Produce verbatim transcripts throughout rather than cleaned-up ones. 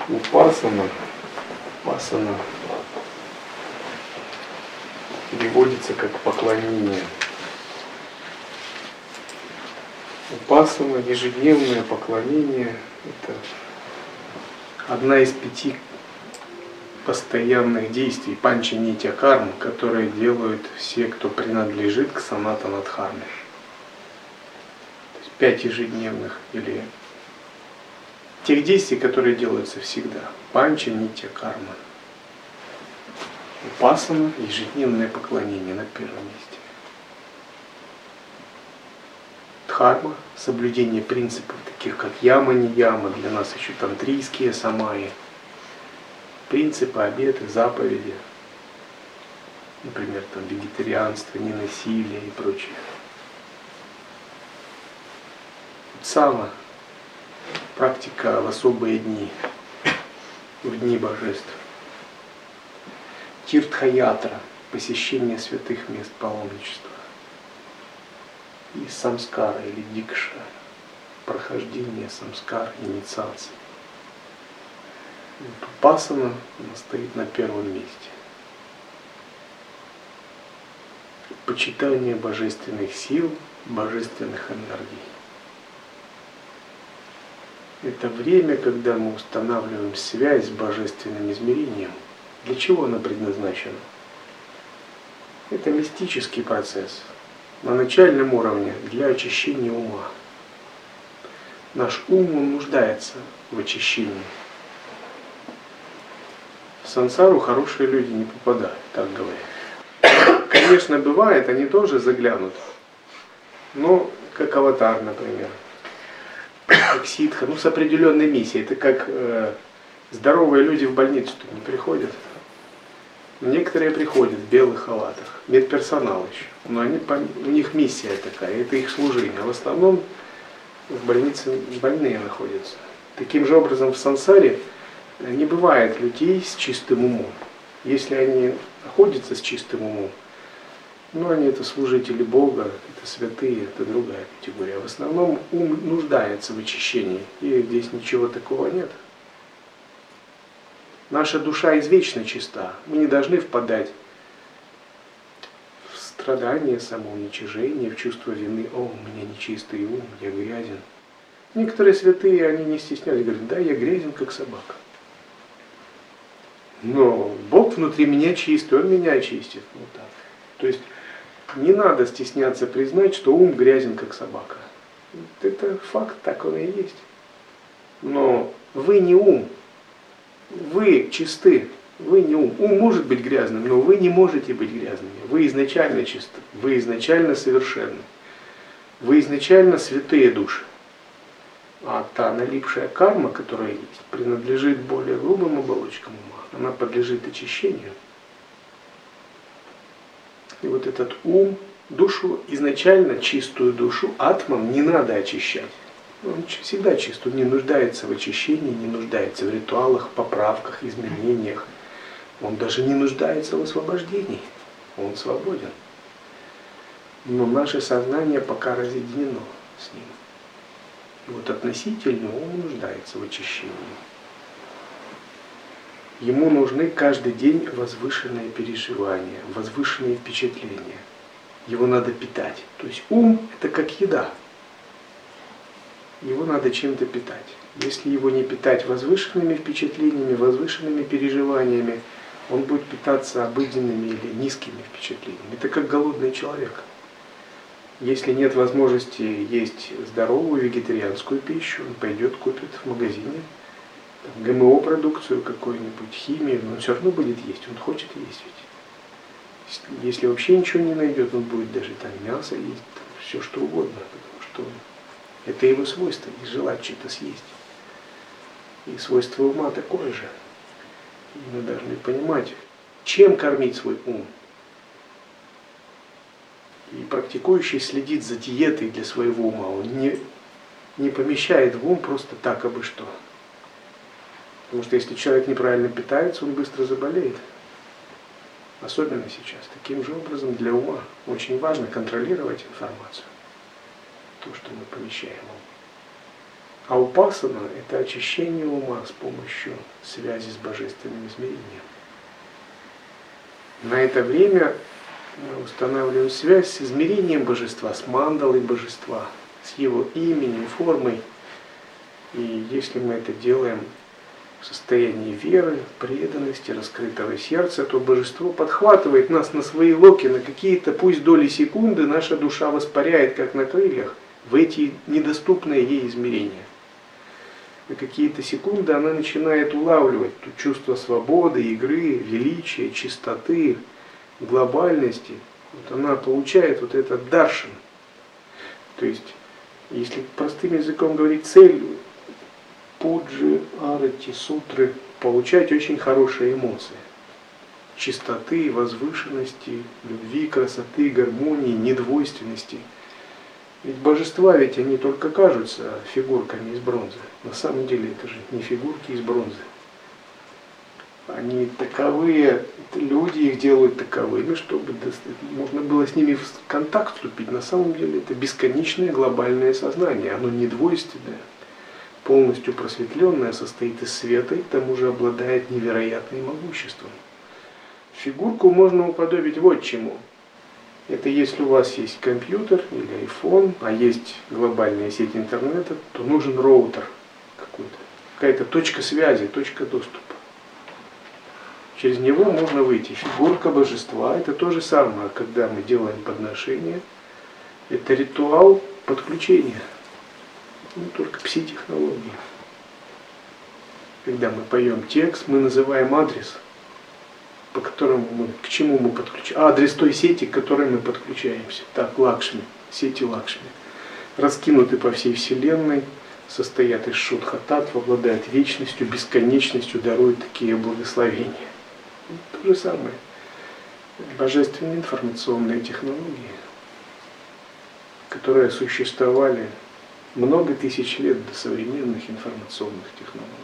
Упасана, пасана переводится как поклонение. Упасана, ежедневное поклонение – это одна из пяти постоянных действий панча нитья карм, которые делают все, кто принадлежит к санатана дхарме. То есть пять ежедневных или тех действий, которые делаются всегда. Панча нитья карма. Упасана, ежедневное поклонение на первом месте. Дхарма, соблюдение принципов, таких как яма, не яма, для нас еще тантрийские самаи. Принципы, обеты, заповеди. Например, там вегетарианство, ненасилие и прочее. Утсава, практика в особые дни, в дни божеств. Тиртха-ятра, посещение святых мест паломничества. И самскара или дикша, прохождение самскар, инициации. Упасана стоит на первом месте. Почитание божественных сил, божественных энергий. Это время, когда мы устанавливаем связь с божественным измерением. Для чего она предназначена? Это мистический процесс. На начальном уровне для очищения ума. Наш ум он нуждается в очищении. В сансару хорошие люди не попадают, так говорят. Конечно, бывает, они тоже заглянут. Но как аватар, например. Как ситха, ну с определенной миссией. Это как э, здоровые люди в больницу тут не приходят. Некоторые приходят в белых халатах, медперсонал еще. Но они, у них миссия такая, это их служение. А в основном в больнице больные находятся. Таким же образом в сансаре не бывает людей с чистым умом. Если они находятся с чистым умом, ну они это служители Бога, это святые, это другая категория. В основном ум нуждается в очищении, и здесь ничего такого нет. Наша душа извечно чиста. Мы не должны впадать в страдания, самоуничижение, в чувство вины. О, у меня нечистый ум, я грязен. Некоторые святые, они не стеснялись, говорят, да, я грязен, как собака. Но Бог внутри меня чистый, Он меня очистит. Вот так. То есть не надо стесняться признать, что ум грязен, как собака. Это факт, так он и есть. Но вы не ум. Вы чисты, вы не ум. Ум может быть грязным, но вы не можете быть грязными. Вы изначально чисты, вы изначально совершенны. Вы изначально святые души. А та налипшая карма, которая есть, принадлежит более грубым оболочкам ума. Она подлежит очищению. И вот этот ум, душу, изначально чистую душу, атман не надо очищать. Он всегда чист, он не нуждается в очищении, не нуждается в ритуалах, поправках, изменениях. Он даже не нуждается в освобождении. Он свободен. Но наше сознание пока разъединено с ним. И вот относительно он нуждается в очищении. Ему нужны каждый день возвышенные переживания, возвышенные впечатления. Его надо питать. То есть ум – это как еда. Его надо чем-то питать. Если его не питать возвышенными впечатлениями, возвышенными переживаниями, он будет питаться обыденными или низкими впечатлениями. Это как голодный человек. Если нет возможности есть здоровую вегетарианскую пищу, он пойдет купит в магазине там, ГМО-продукцию, какую-нибудь химию, но он все равно будет есть, он хочет есть ведь. Если вообще ничего не найдет, он будет даже там мясо есть, там, все что угодно, потому что это его свойство, и желать что-то съесть. И свойство ума такое же. И мы должны понимать, чем кормить свой ум. И практикующий следит за диетой для своего ума. Он не, не помещает в ум просто так, абы что. Потому что если человек неправильно питается, он быстро заболеет. Особенно сейчас. Таким же образом для ума очень важно контролировать информацию. То, что мы помещаем в ум. А упасана – это очищение ума с помощью связи с божественным измерением. На это время мы устанавливаем связь с измерением божества, с мандалой божества, с его именем, формой. И если мы это делаем в состоянии веры, преданности, раскрытого сердца, то божество подхватывает нас на свои локи, на какие-то, пусть доли секунды, наша душа воспаряет, как на крыльях, в эти недоступные ей измерения. На какие-то секунды она начинает улавливать то чувство свободы, игры, величия, чистоты, глобальности. Вот она получает вот этот даршан. То есть, если простым языком говорить, цель пуджи, арати, сутры – получать очень хорошие эмоции. Чистоты, возвышенности, любви, красоты, гармонии, недвойственности. Ведь божества, ведь они только кажутся фигурками из бронзы. На самом деле это же не фигурки из бронзы. Они таковые, люди их делают таковыми, чтобы можно было с ними в контакт вступить. На самом деле это бесконечное глобальное сознание. Оно недвойственное, полностью просветленное, состоит из света и к тому же обладает невероятным могуществом. Фигурку можно уподобить вот чему. Это если у вас есть компьютер или айфон, а есть глобальная сеть интернета, то нужен роутер какой-то, какая-то точка связи, точка доступа. Через него можно выйти. Фигурка божества – это то же самое, когда мы делаем подношение. Это ритуал подключения, не только пси-технологии. Когда мы поем текст, мы называем адрес, по которому мы, к чему мы подключаем. Адрес той сети, к которой мы подключаемся. Так, Лакшми, сети Лакшми. Раскинуты по всей Вселенной, состоят из шудха-таттв, обладают вечностью, бесконечностью, даруют такие благословения. То же самое. Божественные информационные технологии, которые существовали много тысяч лет до современных информационных технологий.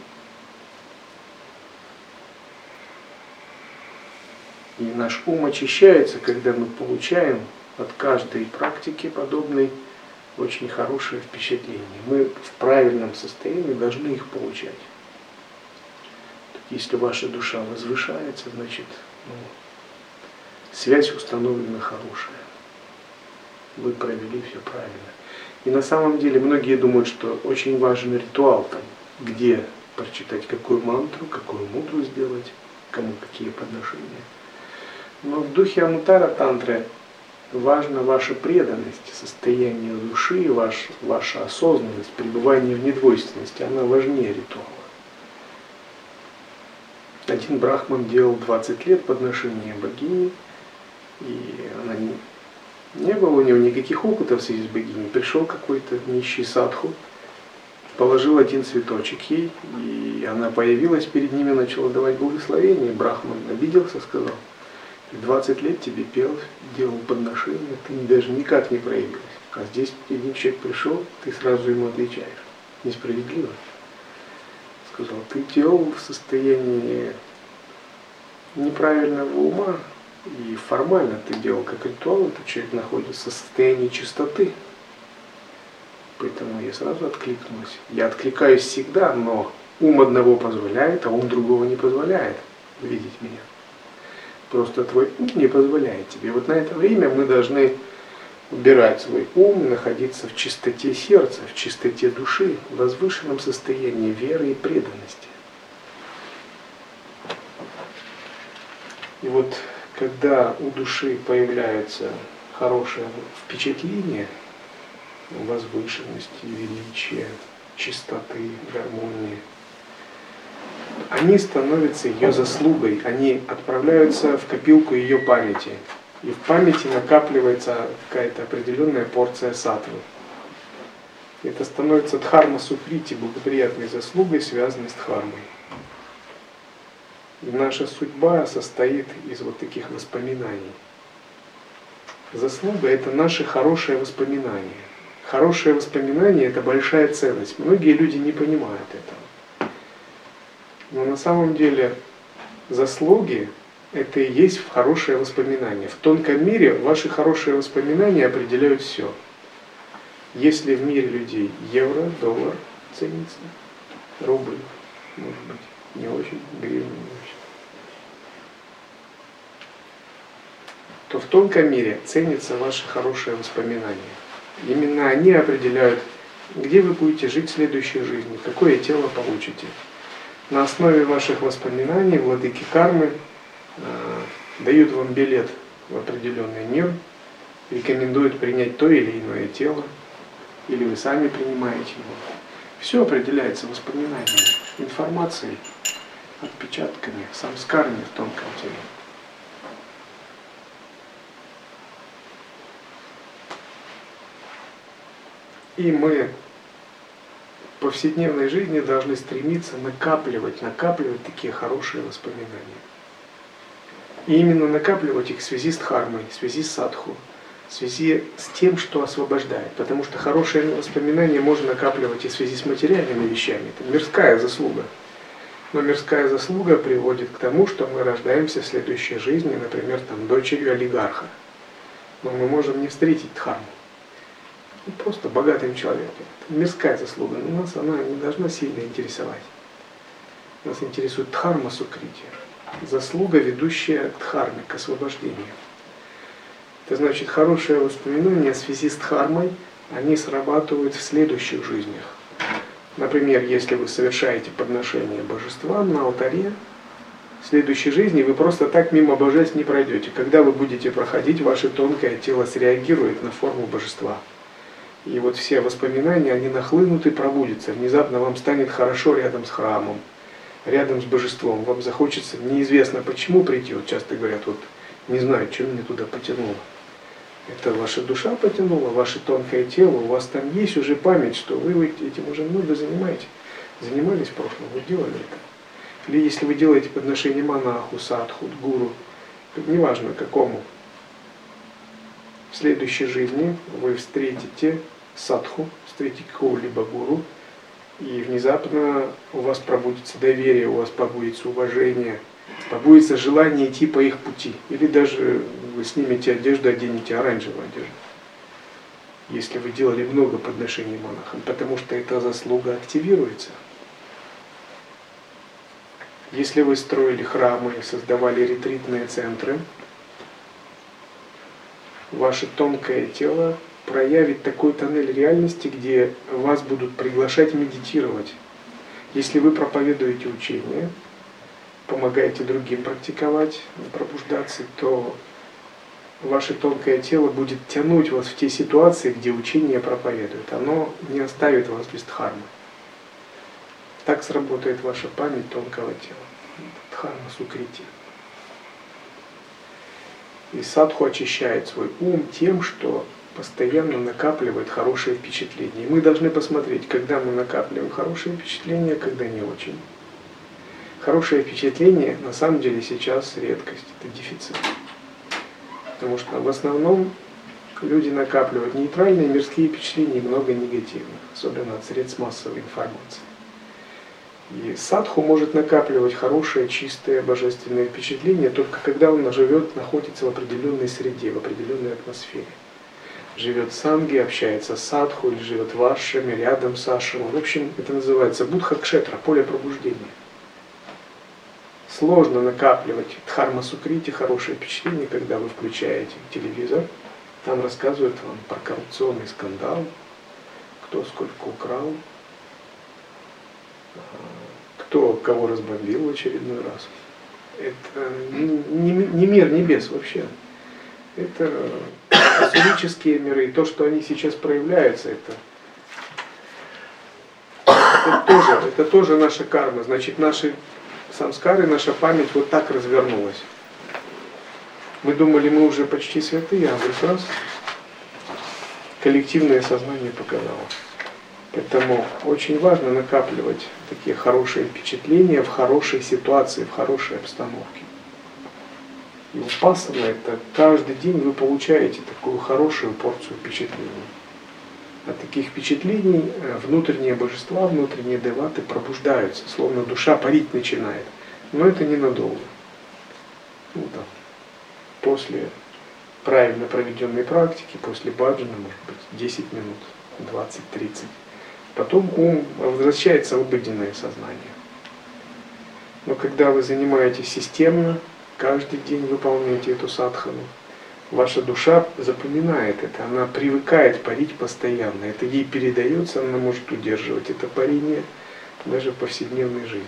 И наш ум очищается, когда мы получаем от каждой практики подобной очень хорошее впечатление. Мы в правильном состоянии должны их получать. Если ваша душа возвышается, значит, ну, связь установлена хорошая. Вы провели все правильно. И на самом деле многие думают, что очень важен ритуал, там, где прочитать какую мантру, какую мудру сделать, кому какие подношения. Но в духе Анутара Тантры важна ваша преданность, состояние души, ваш, ваша осознанность, пребывание в недвойственности. Она важнее ритуала. Один брахман делал двадцать лет подношения богини, и она не, не было у него никаких опытов в связи с богиней. Пришел какой-то нищий садху, положил один цветочек ей, и она появилась перед ними, начала давать благословение. Брахман обиделся, сказал: двадцать лет тебе пел, делал подношения, ты даже никак не проявилась. А здесь один человек пришел, ты сразу ему отвечаешь. Несправедливо. Сказал: ты делал в состоянии неправильного ума, и формально ты делал как ритуал, этот человек находится в состоянии чистоты. Поэтому я сразу откликнулась. Я откликаюсь всегда, но ум одного позволяет, а ум другого не позволяет видеть меня. Просто твой ум не позволяет тебе. Вот на это время мы должны убирать свой ум, находиться в чистоте сердца, в чистоте души, в возвышенном состоянии веры и преданности. И вот когда у души появляется хорошее впечатление возвышенности, величия, чистоты, гармонии, они становятся ее заслугой, они отправляются в копилку ее памяти. И в памяти накапливается какая-то определенная порция саттвы. Это становится дхарма сукрити, благоприятной заслугой, связанной с дхармой. И наша судьба состоит из вот таких воспоминаний. Заслуга – это наши хорошие воспоминания. Хорошие воспоминания – это большая ценность. Многие люди не понимают этого. Но на самом деле заслуги – это и есть хорошее воспоминание. В тонком мире ваши хорошие воспоминания определяют все. Если в мире людей евро, доллар, ценится. Рубль, может быть, не очень, гривна не очень. То в тонком мире ценятся ваши хорошие воспоминания. Именно они определяют, где вы будете жить в следующей жизни, какое тело получите. На основе ваших воспоминаний владыки кармы э, дают вам билет в определенный мир, рекомендуют принять то или иное тело, или вы сами принимаете его. Все определяется воспоминаниями, информацией, отпечатками, самскарами в тонком теле. И мы в повседневной жизни должны стремиться накапливать, накапливать такие хорошие воспоминания. И именно накапливать их в связи с дхармой, в связи с садху, в связи с тем, что освобождает. Потому что хорошие воспоминания можно накапливать и в связи с материальными вещами. Это мирская заслуга. Но мирская заслуга приводит к тому, что мы рождаемся в следующей жизни, например, там, дочерью олигарха. Но мы можем не встретить дхарму. Просто богатым человеком. Это мирская заслуга, но нас она не должна сильно интересовать. Нас интересует дхарма сукрити, заслуга, ведущая к дхарме, к освобождению. Это значит, хорошие воспоминания в связи с дхармой, они срабатывают в следующих жизнях. Например, если вы совершаете подношение божествам на алтаре, в следующей жизни вы просто так мимо божеств не пройдете. Когда вы будете проходить, ваше тонкое тело среагирует на форму божества. И вот все воспоминания, они нахлынут и пробудятся. Внезапно вам станет хорошо рядом с храмом, рядом с божеством. Вам захочется неизвестно почему прийти. Вот часто говорят, вот не знаю, что меня туда потянуло. Это ваша душа потянула, ваше тонкое тело. У вас там есть уже память, что вы этим уже много занимаетесь. Занимались в прошлом, вы делали это. Или если вы делаете подношение монаху, садху, гуру, неважно какому, в следующей жизни вы встретите садху, встретите какого-либо гуру, и внезапно у вас пробудится доверие, у вас пробудится уважение, пробудится желание идти по их пути. Или даже вы снимете одежду, оденете оранжевую одежду. Если вы делали много подношений монахам, потому что эта заслуга активируется. Если вы строили храмы, создавали ретритные центры, ваше тонкое тело проявит такой тоннель реальности, где вас будут приглашать медитировать. Если вы проповедуете учение, помогаете другим практиковать, пробуждаться, то ваше тонкое тело будет тянуть вас в те ситуации, где учение проповедует. Оно не оставит вас без дхармы. Так сработает ваша память тонкого тела. Дхарма сукрити. И садху очищает свой ум тем, что постоянно накапливает хорошие впечатления. И мы должны посмотреть, когда мы накапливаем хорошие впечатления, когда не очень. Хорошее впечатление на самом деле сейчас редкость, это дефицит. Потому что в основном люди накапливают нейтральные мирские впечатления и много негативных, особенно от средств массовой информации. И садху может накапливать хорошее, чистое, божественное впечатление только когда он живет, находится в определенной среде, в определенной атмосфере. Живет в санге, общается с садху, или живет в ашраме, рядом с ашрамом. В общем, это называется будха-кшетра, поле пробуждения. Сложно накапливать дхарма сукрити, хорошее впечатление, когда вы включаете телевизор. Там рассказывают вам про коррупционный скандал, кто сколько украл, кто кого разбомбил в очередной раз. Это не, не мир небес вообще. Это асурические миры. И то, что они сейчас проявляются, это, это, тоже, это тоже наша карма. Значит, наши самскары, наша память вот так развернулась. Мы думали, мы уже почти святые, а вдруг раз коллективное сознание показало. Поэтому очень важно накапливать такие хорошие впечатления в хорошей ситуации, в хорошей обстановке. И випассана — это каждый день вы получаете такую хорошую порцию впечатлений. От таких впечатлений внутренние божества, внутренние деваты пробуждаются, словно душа парить начинает. Но это ненадолго. Ну, да. После правильно проведенной практики, после баджана, может быть, десять минут, двадцать-тридцать. Потом ум возвращается в обыденное сознание. Но когда вы занимаетесь системно, каждый день выполняете эту садхану, ваша душа запоминает это, она привыкает парить постоянно. Это ей передается, она может удерживать это парение даже в повседневной жизни.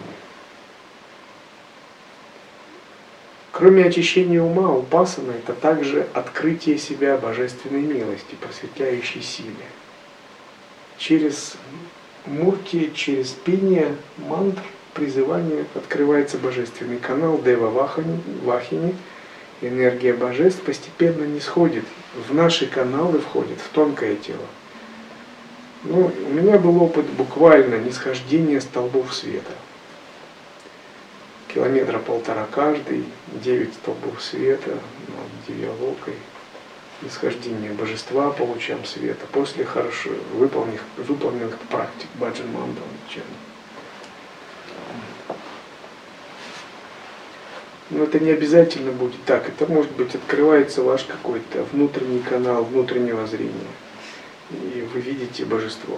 Кроме очищения ума, упасана — это также открытие себя божественной милости, просветляющей силе. Через мурти, через пение мантр, призывание открывается божественный канал Дева Вахини. Энергия божеств постепенно нисходит в наши каналы, входит в тонкое тело. Ну, у меня был опыт буквально нисхождения столбов света. Километра полтора каждый, девять столбов света над Дивьялокой, нисхождение божества по лучам света после хорошо выполненных, выполненных практик баджан мандала. Но это не обязательно будет так. Это может быть открывается ваш какой-то внутренний канал внутреннего зрения, и вы видите божество.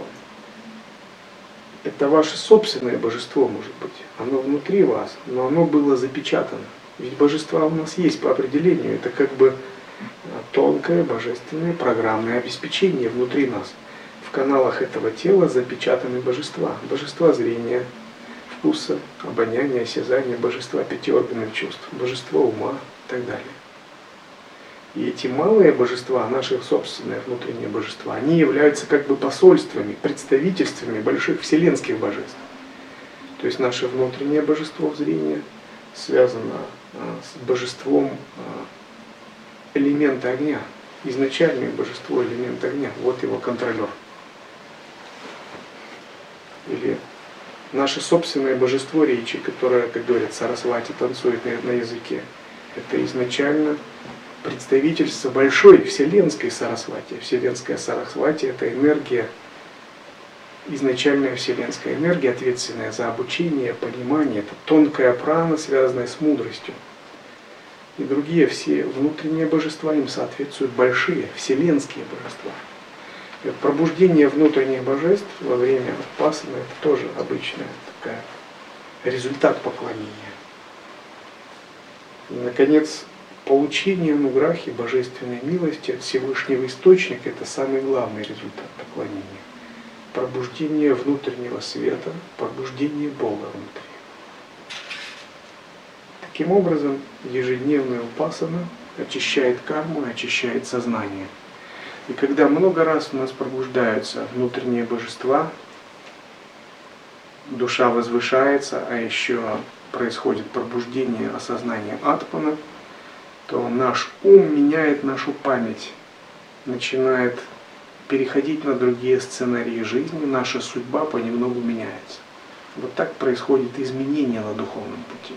Это ваше собственное божество, может быть. Оно внутри вас, но оно было запечатано. Ведь божества у нас есть по определению. Это как бы тонкое божественное программное обеспечение внутри нас. В каналах этого тела запечатаны божества. Божества зрения, вкуса, обоняния, осязания, божества пяти органов чувств, божество ума и так далее. И эти малые божества, наши собственные внутренние божества, они являются как бы посольствами, представительствами больших вселенских божеств. То есть наше внутреннее божество зрения связано с божеством элемента огня. Изначальное божество элемента огня. Вот его контролер. Или наше собственное божество речи, которое, как говорят, Сарасвати танцует на, на языке. Это изначально представительство большой вселенской Сарасвати. Вселенская Сарасвати — это энергия, изначальная вселенская энергия, ответственная за обучение, понимание. Это тонкая прана, связанная с мудростью. И другие все внутренние божества им соответствуют большие вселенские божества. И вот пробуждение внутренних божеств во время пасаны — это тоже обычная такая результат поклонения. И, наконец, получение нуграхи, божественной милости от Всевышнего Источника — это самый главный результат поклонения. Пробуждение внутреннего света, пробуждение Бога внутри. Таким образом, ежедневная упасана очищает карму и очищает сознание. И когда много раз у нас пробуждаются внутренние божества, душа возвышается, а еще происходит пробуждение осознания атмана, то наш ум меняет нашу память, начинает переходить на другие сценарии жизни, наша судьба понемногу меняется. Вот так происходит изменение на духовном пути.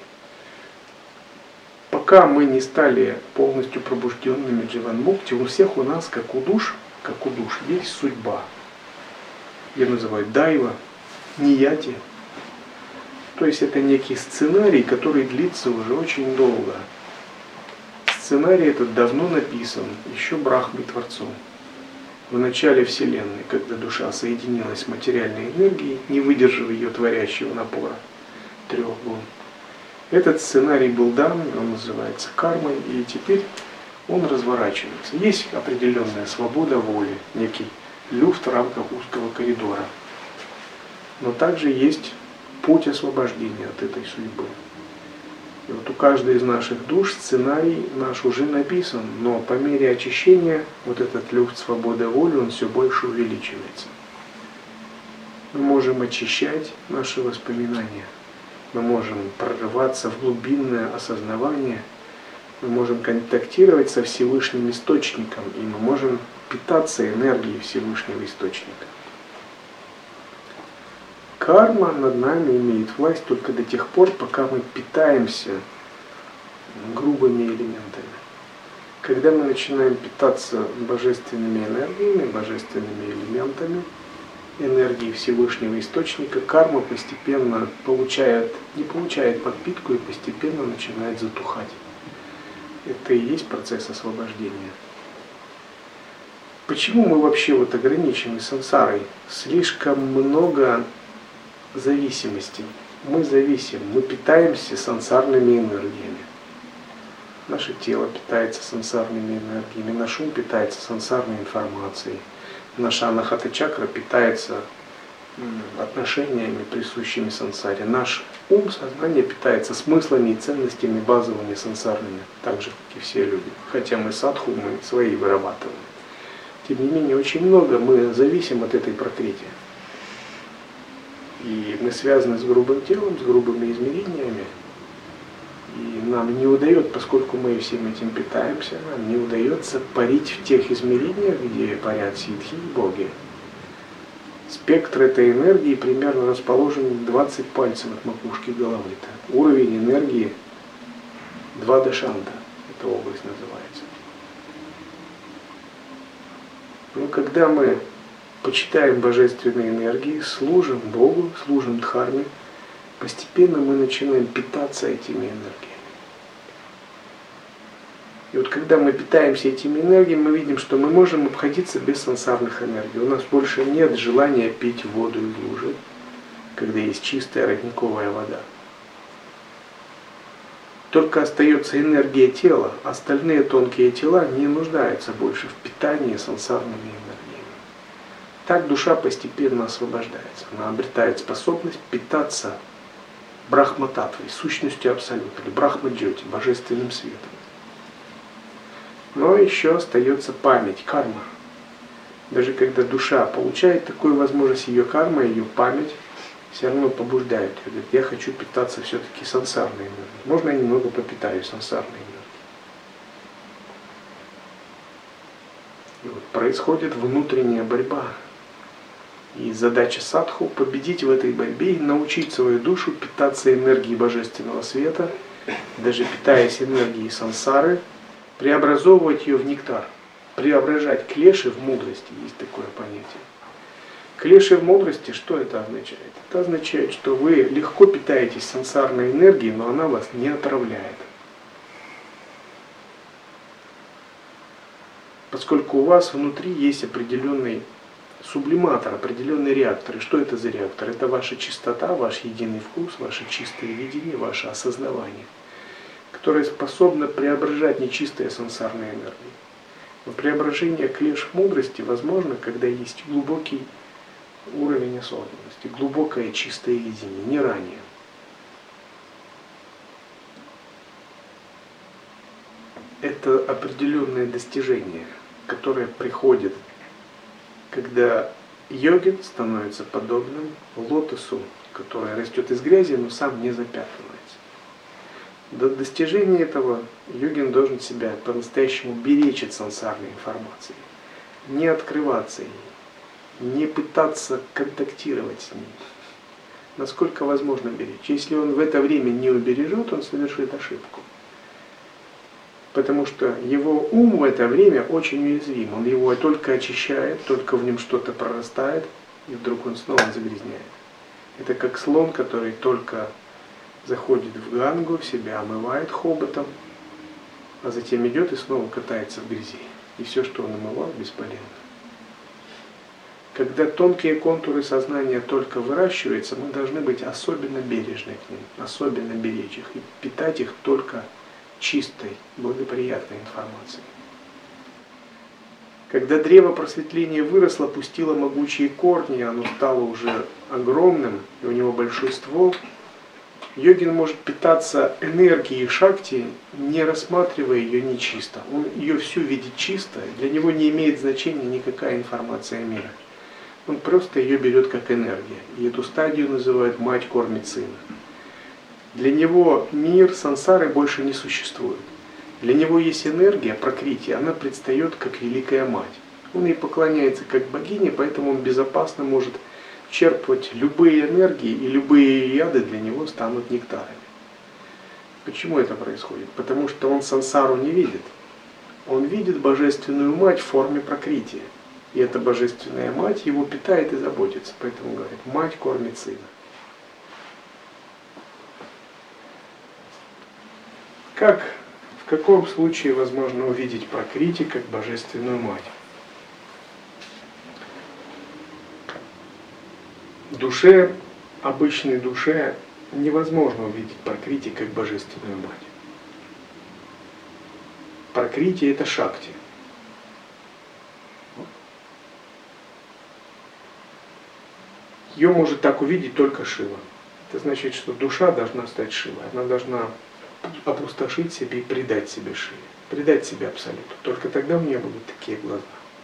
Пока мы не стали полностью пробужденными дживан-мукти, у всех у нас, как у душ, как у душ, есть судьба. Ее называют дайва, нияти. То есть это некий сценарий, который длится уже очень долго. Сценарий этот давно написан, еще Брахмой Творцом. В начале Вселенной, когда душа соединилась с материальной энергией, не выдержав ее творящего напора трех гун. Этот сценарий был дан, он называется кармой, и теперь он разворачивается. Есть определенная свобода воли, некий люфт в рамках узкого коридора. Но также есть путь освобождения от этой судьбы. И вот у каждой из наших душ сценарий наш уже написан, но по мере очищения вот этот люфт свободы воли, он все больше увеличивается. Мы можем очищать наши воспоминания. Мы можем прорываться в глубинное осознавание, мы можем контактировать со Всевышним Источником, и мы можем питаться энергией Всевышнего Источника. Карма над нами имеет власть только до тех пор, пока мы питаемся грубыми элементами. Когда мы начинаем питаться божественными энергиями, божественными элементами, энергии Всевышнего Источника, карма постепенно получает, не получает подпитку и постепенно начинает затухать. Это и есть процесс освобождения. почему мы вообще вот ограничены сансарой? Слишком много зависимостей. Мы зависим, мы питаемся сансарными энергиями. Наше тело питается сансарными энергиями, наш ум питается сансарной информацией, наша анахата-чакра питается отношениями, присущими сансаре. Наш ум, сознание питается смыслами и ценностями базовыми сансарными, так же, как и все люди. Хотя мы садху, мы свои вырабатываем. Тем не менее, очень много мы зависим от этой пракрити. И мы связаны с грубым телом, с грубыми измерениями. И нам не удается, поскольку мы всем этим питаемся, нам не удается парить в тех измерениях, где парят ситхи и боги. Спектр этой энергии примерно расположен двадцать пальцев от макушки головы. Это уровень энергии два дашанта. Эта область называется. Но когда мы почитаем божественные энергии, служим Богу, служим Дхарме, постепенно мы начинаем питаться этими энергиями. И вот когда мы питаемся этими энергиями, мы видим, что мы можем обходиться без сансарных энергий. У нас больше нет желания пить воду из лужи, когда есть чистая родниковая вода. Только остается энергия тела, остальные тонкие тела не нуждаются больше в питании сансарными энергиями. Так душа постепенно освобождается. Она обретает способность питаться брахма-татвой, сущностью абсолюта, или брахма-джоти, божественным светом. Но еще остается память, карма. Даже когда душа получает такую возможность, ее карма, ее память все равно побуждает ее. Говорит, я хочу питаться все-таки сансарной энергией. Можно я немного попитаю сансарной энергией? И вот происходит внутренняя борьба. И задача садху — победить в этой борьбе и научить свою душу питаться энергией божественного света, даже питаясь энергией сансары, преобразовывать ее в нектар, преображать клеши в мудрости, есть такое понятие. Клеши в мудрости, что это означает? Это означает, что вы легко питаетесь сансарной энергией, но она вас не отравляет. Поскольку у вас внутри есть определенный сублиматор, определенный реактор. И что это за реактор? Это ваша чистота, ваш единый вкус, ваше чистое видение, ваше осознавание, которое способно преображать нечистые сансарные энергии. Но преображение клеш мудрости возможно, когда есть глубокий уровень осознанности, глубокое чистое видение, не ранее. Это определенное достижение, которое приходит, когда йогин становится подобным лотосу, который растет из грязи, но сам не запятнывается. До достижения этого йогин должен себя по-настоящему беречь от сансарной информации, не открываться ей, не пытаться контактировать с ней. Насколько возможно беречь. Если он в это время не убережет, он совершит ошибку. Потому что его ум в это время очень уязвим. Он его только очищает, только в нем что-то прорастает, и вдруг он снова загрязняет. Это как слон, который только заходит в гангу, себя омывает хоботом, а затем идет и снова катается в грязи. И все, что он омывал, бесполезно. Когда тонкие контуры сознания только выращиваются, мы должны быть особенно бережны к ним, особенно беречь их и питать их только чистой, благоприятной информацией. Когда древо просветления выросло, пустило могучие корни, оно стало уже огромным, и у него большой ствол, йогин может питаться энергией шакти, не рассматривая ее нечисто. Он ее всю видит чисто, для него не имеет значения никакая информация мира. Он просто ее берет как энергия. И эту стадию называют «мать кормит сына». Для него мир сансары больше не существует. Для него есть энергия, пракрити, она предстает как великая мать. Он ей поклоняется как богине, поэтому он безопасно может черпать любые энергии, и любые яды для него станут нектарами. Почему это происходит? Потому что он сансару не видит. Он видит божественную мать в форме пракрити. И эта божественная мать его питает и заботится. Поэтому говорит, мать кормит сына. Как, в каком случае возможно увидеть пракрити как божественную мать? В душе, обычной душе, невозможно увидеть Пракрити как божественную мать. Пракрити — это Шакти. Ее может так увидеть только Шива. Это значит, что душа должна стать Шивой. Она должна опустошить себе и предать себе Шиве. Предать себе Абсолюту. Только тогда у нее будут такие глаза.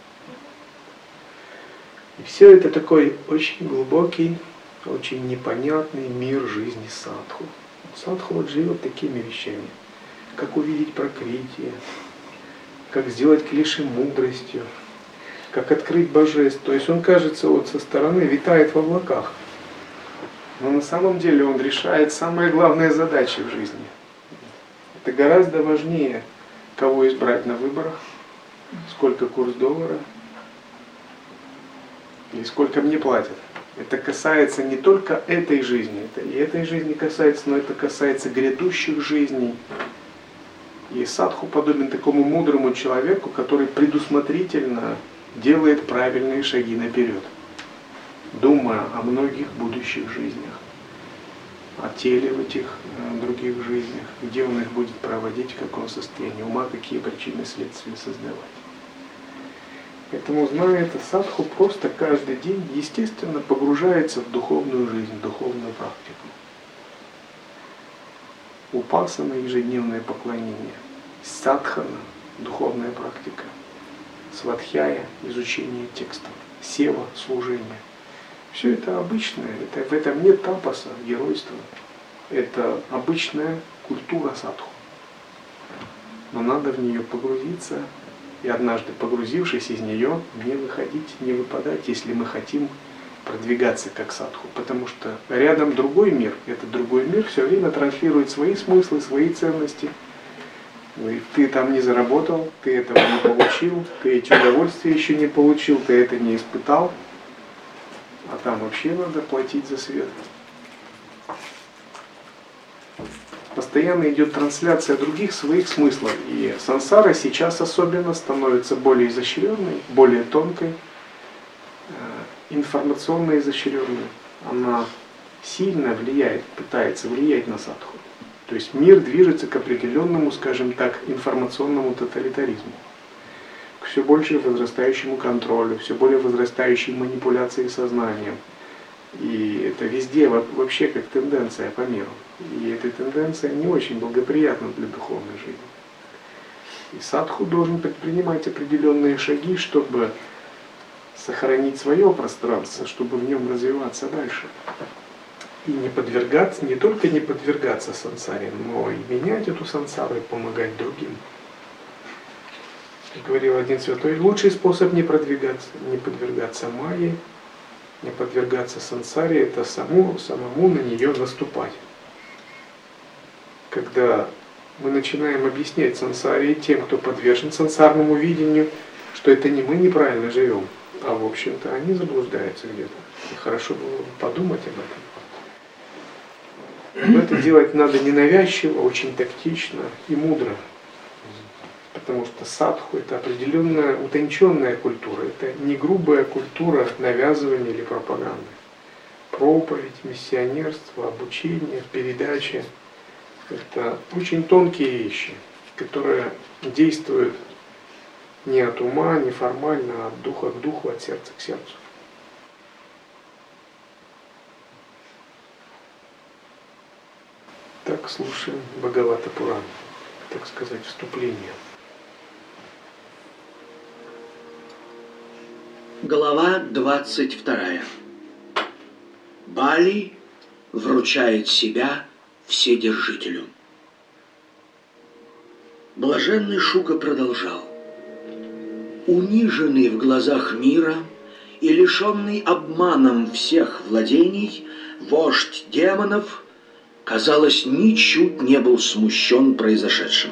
И все это такой очень глубокий, очень непонятный мир жизни садху. Садху вот живет такими вещами. Как увидеть Пракрити, как сделать клиши мудростью, как открыть божеств. То есть он, кажется, вот со стороны витает в облаках. Но на самом деле он решает самые главные задачи в жизни. Это гораздо важнее, кого избрать на выборах, сколько курс доллара, или сколько мне платят. Это касается не только этой жизни, это и этой жизни касается, но это касается грядущих жизней. И садху подобен такому мудрому человеку, который предусмотрительно делает правильные шаги наперед, думая о многих будущих жизнях, о теле в этих э, других жизнях, где он их будет проводить, в каком состоянии ума, какие причины следствия создавать. Поэтому, зная это, садху просто каждый день, естественно, погружается в духовную жизнь, в духовную практику. Упасана — ежедневное поклонение, садхана — духовная практика, свадхяя — изучение текстов, сева — служение. Все это обычное, это, в этом нет тапаса, геройства. Это обычная культура садху. Но надо в нее погрузиться, и однажды погрузившись из нее, не выходить, не выпадать, если мы хотим продвигаться как садху. Потому что рядом другой мир, этот другой мир все время транслирует свои смыслы, свои ценности. И ты там не заработал, ты этого не получил, ты эти удовольствия еще не получил, ты это не испытал. А там вообще надо платить за свет. Постоянно идет трансляция других своих смыслов. И сансара сейчас особенно становится более изощренной, более тонкой, информационно изощренной. Она сильно влияет, пытается влиять на садху. То есть мир движется к определенному, скажем так, информационному тоталитаризму. К все больше возрастающему контролю, все более возрастающей манипуляции сознанием. И это везде вообще как тенденция по миру. И эта тенденция не очень благоприятна для духовной жизни. И садху должен предпринимать определенные шаги, чтобы сохранить свое пространство, чтобы в нем развиваться дальше. И не подвергаться, не только не подвергаться сансаре, но и менять эту сансару и помогать другим. Как говорил один святой, лучший способ не продвигаться, не подвергаться майе, не подвергаться сансаре, это саму, самому на нее наступать. Когда мы начинаем объяснять сансаре тем, кто подвержен сансарному видению, что это не мы неправильно живем, а в общем-то они заблуждаются где-то. И хорошо было бы подумать об этом. Но это делать надо ненавязчиво, очень тактично и мудро. Потому что садху — это определенная утонченная культура, это не грубая культура навязывания или пропаганды. Проповедь, миссионерство, обучение, передача — это очень тонкие вещи, которые действуют не от ума, не формально, а от духа к духу, от сердца к сердцу. Так, слушаем Бхагавата Пурана, так сказать, вступление. Глава двадцать вторая. Бали вручает себя Вседержителю. Блаженный Шука продолжал. Униженный в глазах мира и лишенный обманом всех владений, вождь демонов, казалось, ничуть не был смущен произошедшим.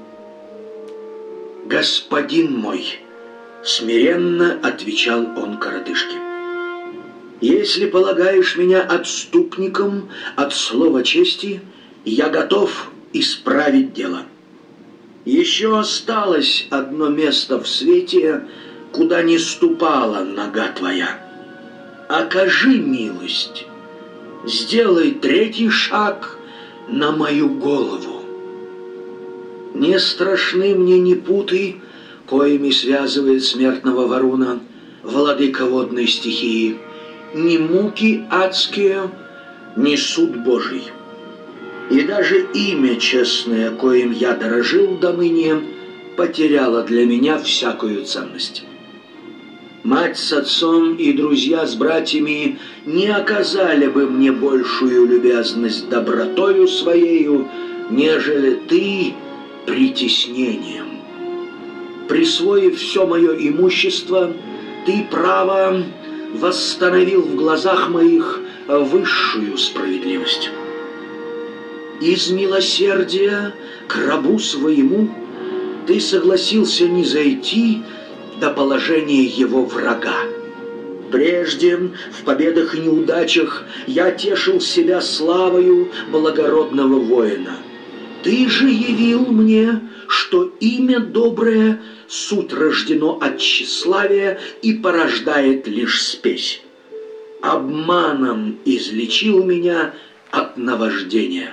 «Господин мой!» — смиренно отвечал он коротышке. «Если полагаешь меня отступником от слова чести, я готов исправить дело. Еще осталось одно место в свете, куда не ступала нога твоя. окажи милость, сделай третий шаг на мою голову. Не страшны мне ни путы, коими связывает смертного Варуна, владыка водной стихии, ни муки адские, ни суд Божий. И даже имя честное, коим я дорожил до ныне, потеряло для меня всякую ценность. Мать с отцом и друзья с братьями не оказали бы мне большую любезность добротою своею, нежели ты притеснением. Присвоив все мое имущество, ты, право, восстановил в глазах моих высшую справедливость. Из милосердия к рабу своему ты согласился не зайти до положения его врага. Прежде, в победах и неудачах, я тешил себя славою благородного воина. Ты же явил мне, что имя доброе суть рождено от тщеславия и порождает лишь спесь. Обманом излечил меня от наваждения.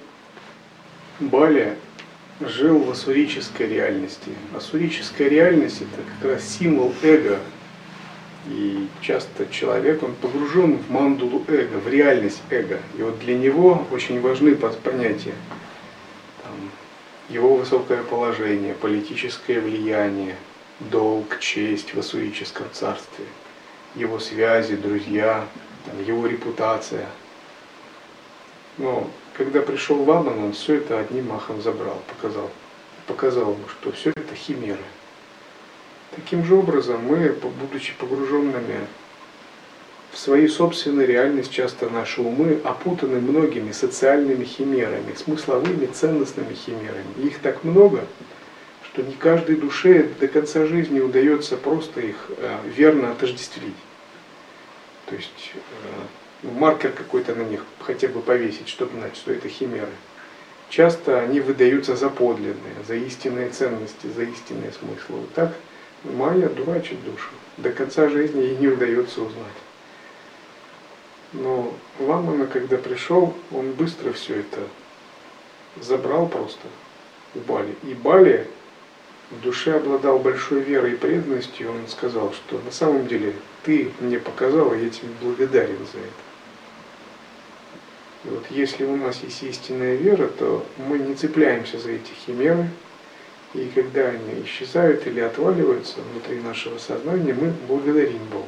Балия жил в ассурической реальности. Ассурическая реальность — это как раз символ эго. И часто человек, он погружен в мандулу эго, в реальность эго. И вот для него очень важны понятия. Там, его высокое положение, политическое влияние, долг, честь в ассурическом царстве, его связи, друзья, там, его репутация. Но когда пришел Ваман, он все это одним махом забрал, показал, показал ему, что все это химеры. Таким же образом мы, будучи погруженными в свою собственную реальность, часто наши умы опутаны многими социальными химерами, смысловыми, ценностными химерами. И их так много, что не каждой душе до конца жизни удается просто их э, верно отождествить. То есть э, маркер какой-то на них хотя бы повесить, чтобы знать, что это химеры. Часто они выдаются за подлинные, за истинные ценности, за истинные смыслы. Вот так Майя дурачит душу. До конца жизни ей не удается узнать. Но Вамана, когда пришел, он быстро все это забрал просто у Бали. И Бали в душе обладал большой верой и преданностью. Он сказал, что на самом деле ты мне показал, и я тебе благодарен за это. И вот если у нас есть истинная вера, то мы не цепляемся за эти химеры. И когда они исчезают или отваливаются внутри нашего сознания, мы благодарим Бога.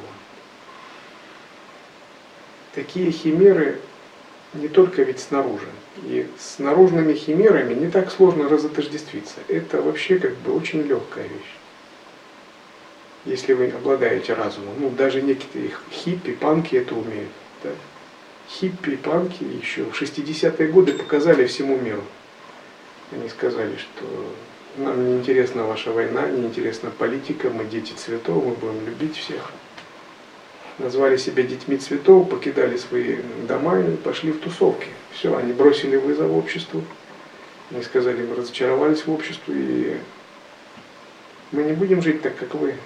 Такие химеры не только ведь снаружи. И с наружными химерами не так сложно разотождествиться. Это вообще как бы очень легкая вещь. Если вы обладаете разумом. Ну, даже некоторые хиппи, панки это умеют. Да? Хиппи, панки еще в шестидесятые годы показали всему миру. Они сказали, что нам не интересна ваша война, не интересна политика, мы дети цветов, мы будем любить всех. Назвали себя детьми цветов, покидали свои дома и пошли в тусовки. Все, они бросили вызов обществу. Они сказали, мы разочаровались в обществе, и мы не будем жить так, как вы.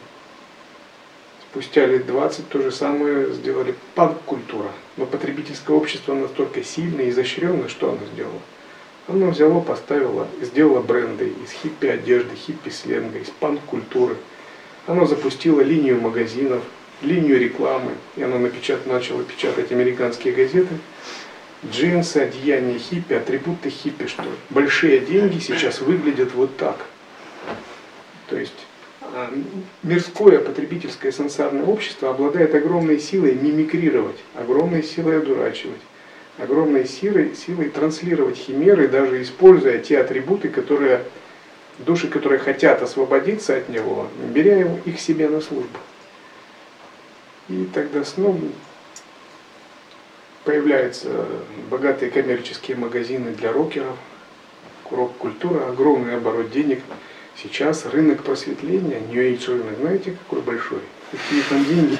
Спустя лет двадцать то же самое сделали панк-культура. Но потребительское общество настолько сильно и изощренно, что оно сделало? Оно взяло, поставило, сделало бренды из хиппи-одежды, хиппи-сленга, из панк-культуры. Оно запустило линию магазинов, линию рекламы, и оно напечат, начало печатать американские газеты. Джинсы, одеяния хиппи, атрибуты хиппи, что большие деньги сейчас выглядят вот так. То есть мирское потребительское сенсорное общество обладает огромной силой мимикрировать, огромной силой одурачивать, огромной силой, силой транслировать химеры, даже используя те атрибуты, которые, души, которые хотят освободиться от него, беря их себе на службу. И тогда снова появляются богатые коммерческие магазины для рокеров, рок-культура, огромный оборот денег. Сейчас рынок просветления, New Age рынок, знаете, какой большой? Какие там деньги?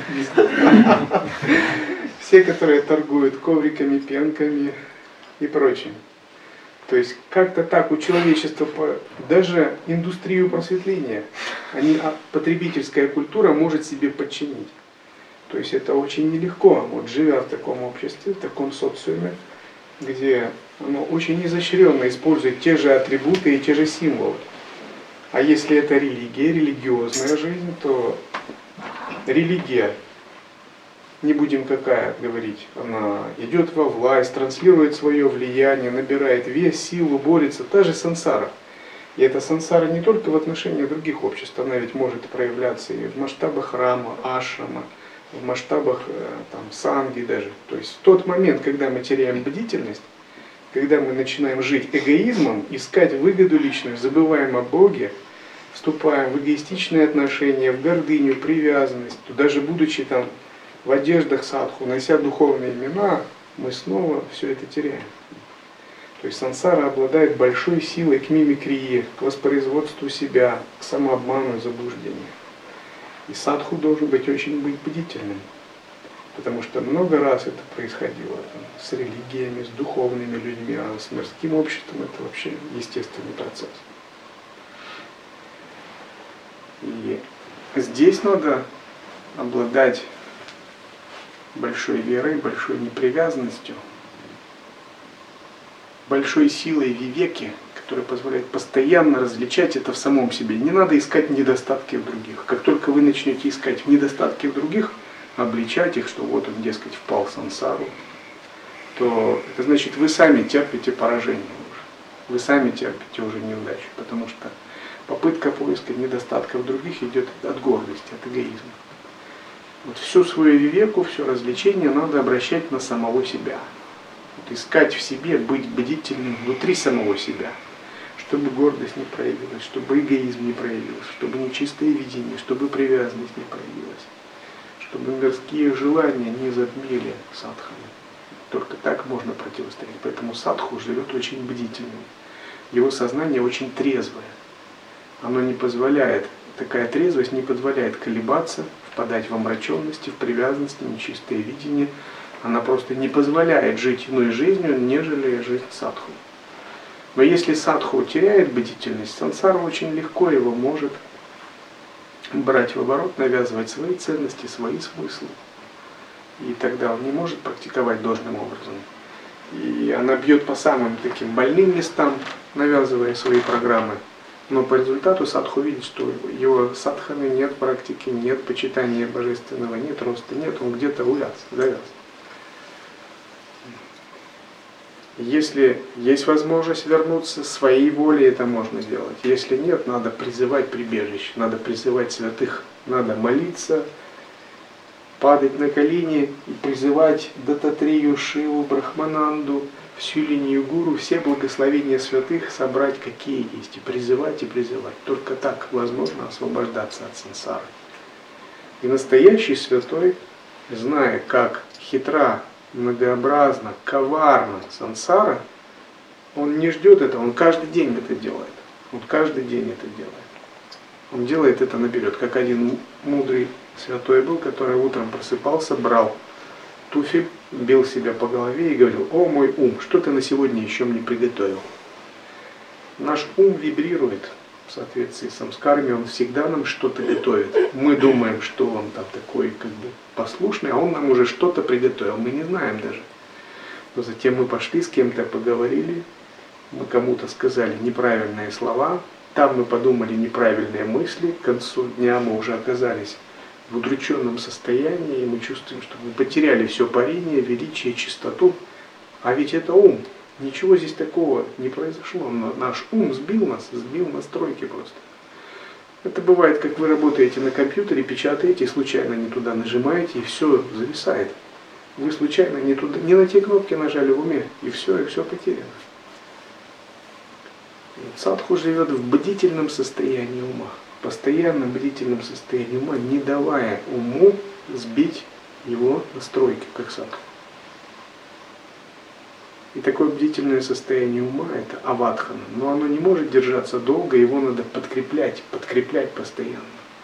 Все, которые торгуют ковриками, пенками и прочим. То есть как-то так у человечества, даже индустрию просветления, они, потребительская культура может себе подчинить. То есть это очень нелегко, вот живя в таком обществе, в таком социуме, где оно очень изощренно использует те же атрибуты и те же символы. А если это религия, религиозная жизнь, то религия, не будем какая говорить, она идет во власть, транслирует свое влияние, набирает вес, силу, борется, та же сансара. И эта сансара не только в отношении других обществ, она ведь может проявляться и в масштабах храма, ашрама, в масштабах там, санги даже. То есть в тот момент, когда мы теряем бдительность, когда мы начинаем жить эгоизмом, искать выгоду личную, забываем о Боге, вступаем в эгоистичные отношения, в гордыню, привязанность, то даже будучи там в одеждах садху, нося духовные имена, мы снова все это теряем. То есть сансара обладает большой силой к мимикрии, к воспроизводству себя, к самообману и заблуждению. И садху должен быть очень быть бдительным. Потому что много раз это происходило там, с религиями, с духовными людьми, а с мирским обществом это вообще естественный процесс. И здесь надо обладать большой верой, большой непривязанностью, большой силой вивеки, которая позволяет постоянно различать это в самом себе. Не надо искать недостатки в других. Как только вы начнете искать недостатки в других, обличать их, что вот он, дескать, впал в сансару, то это значит, вы сами терпите поражение уже. Вы сами терпите уже неудачу, потому что попытка поиска недостатков других идет от гордости, от эгоизма. Вот всю свою вивеку, все развлечение надо обращать на самого себя. Вот искать в себе, быть бдительным внутри самого себя, чтобы гордость не проявилась, чтобы эгоизм не проявился, чтобы нечистое видение, чтобы привязанность не проявилась, чтобы мирские желания не затмили садхану. Только так можно противостоять. Поэтому садху живет очень бдительным. Его сознание очень трезвое. Оно не позволяет, такая трезвость не позволяет колебаться, впадать в омраченности, в привязанности, нечистое видение. Она просто не позволяет жить иной жизнью, нежели жизнь садху. Но если садху теряет бдительность, сансара очень легко его может брать в оборот, навязывать свои ценности, свои смыслы. И тогда он не может практиковать должным образом. И она бьет по самым таким больным местам, навязывая свои программы. Но по результату садху видит, что его садханы нет практики, нет почитания божественного, нет роста, нет, он где-то увяз, завяз. Если есть возможность вернуться своей волей, это можно сделать. Если нет, надо призывать прибежище, надо призывать святых, надо молиться, падать на колени и призывать Дататрию, Шиву, Брахмананду, всю линию гуру, все благословения святых собрать, какие есть, и призывать, и призывать. Только так возможно освобождаться от сансары. И настоящий святой, зная, как хитра, многообразно, коварно сансара, он не ждет этого, он каждый день это делает. Он каждый день это делает. Он делает это наперед, как один мудрый святой был, который утром просыпался, брал туфель, бил себя по голове и говорил: «О мой ум, что ты на сегодня еще мне приготовил?» Наш ум вибрирует в соответствии с самскарами, он всегда нам что-то готовит. Мы думаем, что он там такой как бы послушный, а он нам уже что-то приготовил, мы не знаем даже. Но затем мы пошли, с кем-то поговорили, мы кому-то сказали неправильные слова, там мы подумали неправильные мысли, к концу дня мы уже оказались в удрученном состоянии, и мы чувствуем, что мы потеряли все парение, величие, чистоту. А ведь это ум. Ничего здесь такого не произошло. Но наш ум сбил нас, сбил настройки просто. Это бывает, как вы работаете на компьютере, печатаете, и случайно не туда нажимаете, и все зависает. Вы случайно не, туда, не на те кнопки нажали в уме, и все, и все потеряно. Садху живет в бдительном состоянии ума. Постоянно бдительном состоянии ума, не давая уму сбить его настройки, как садху. И такое бдительное состояние ума – это авадхана. Но оно не может держаться долго, его надо подкреплять, подкреплять постоянно.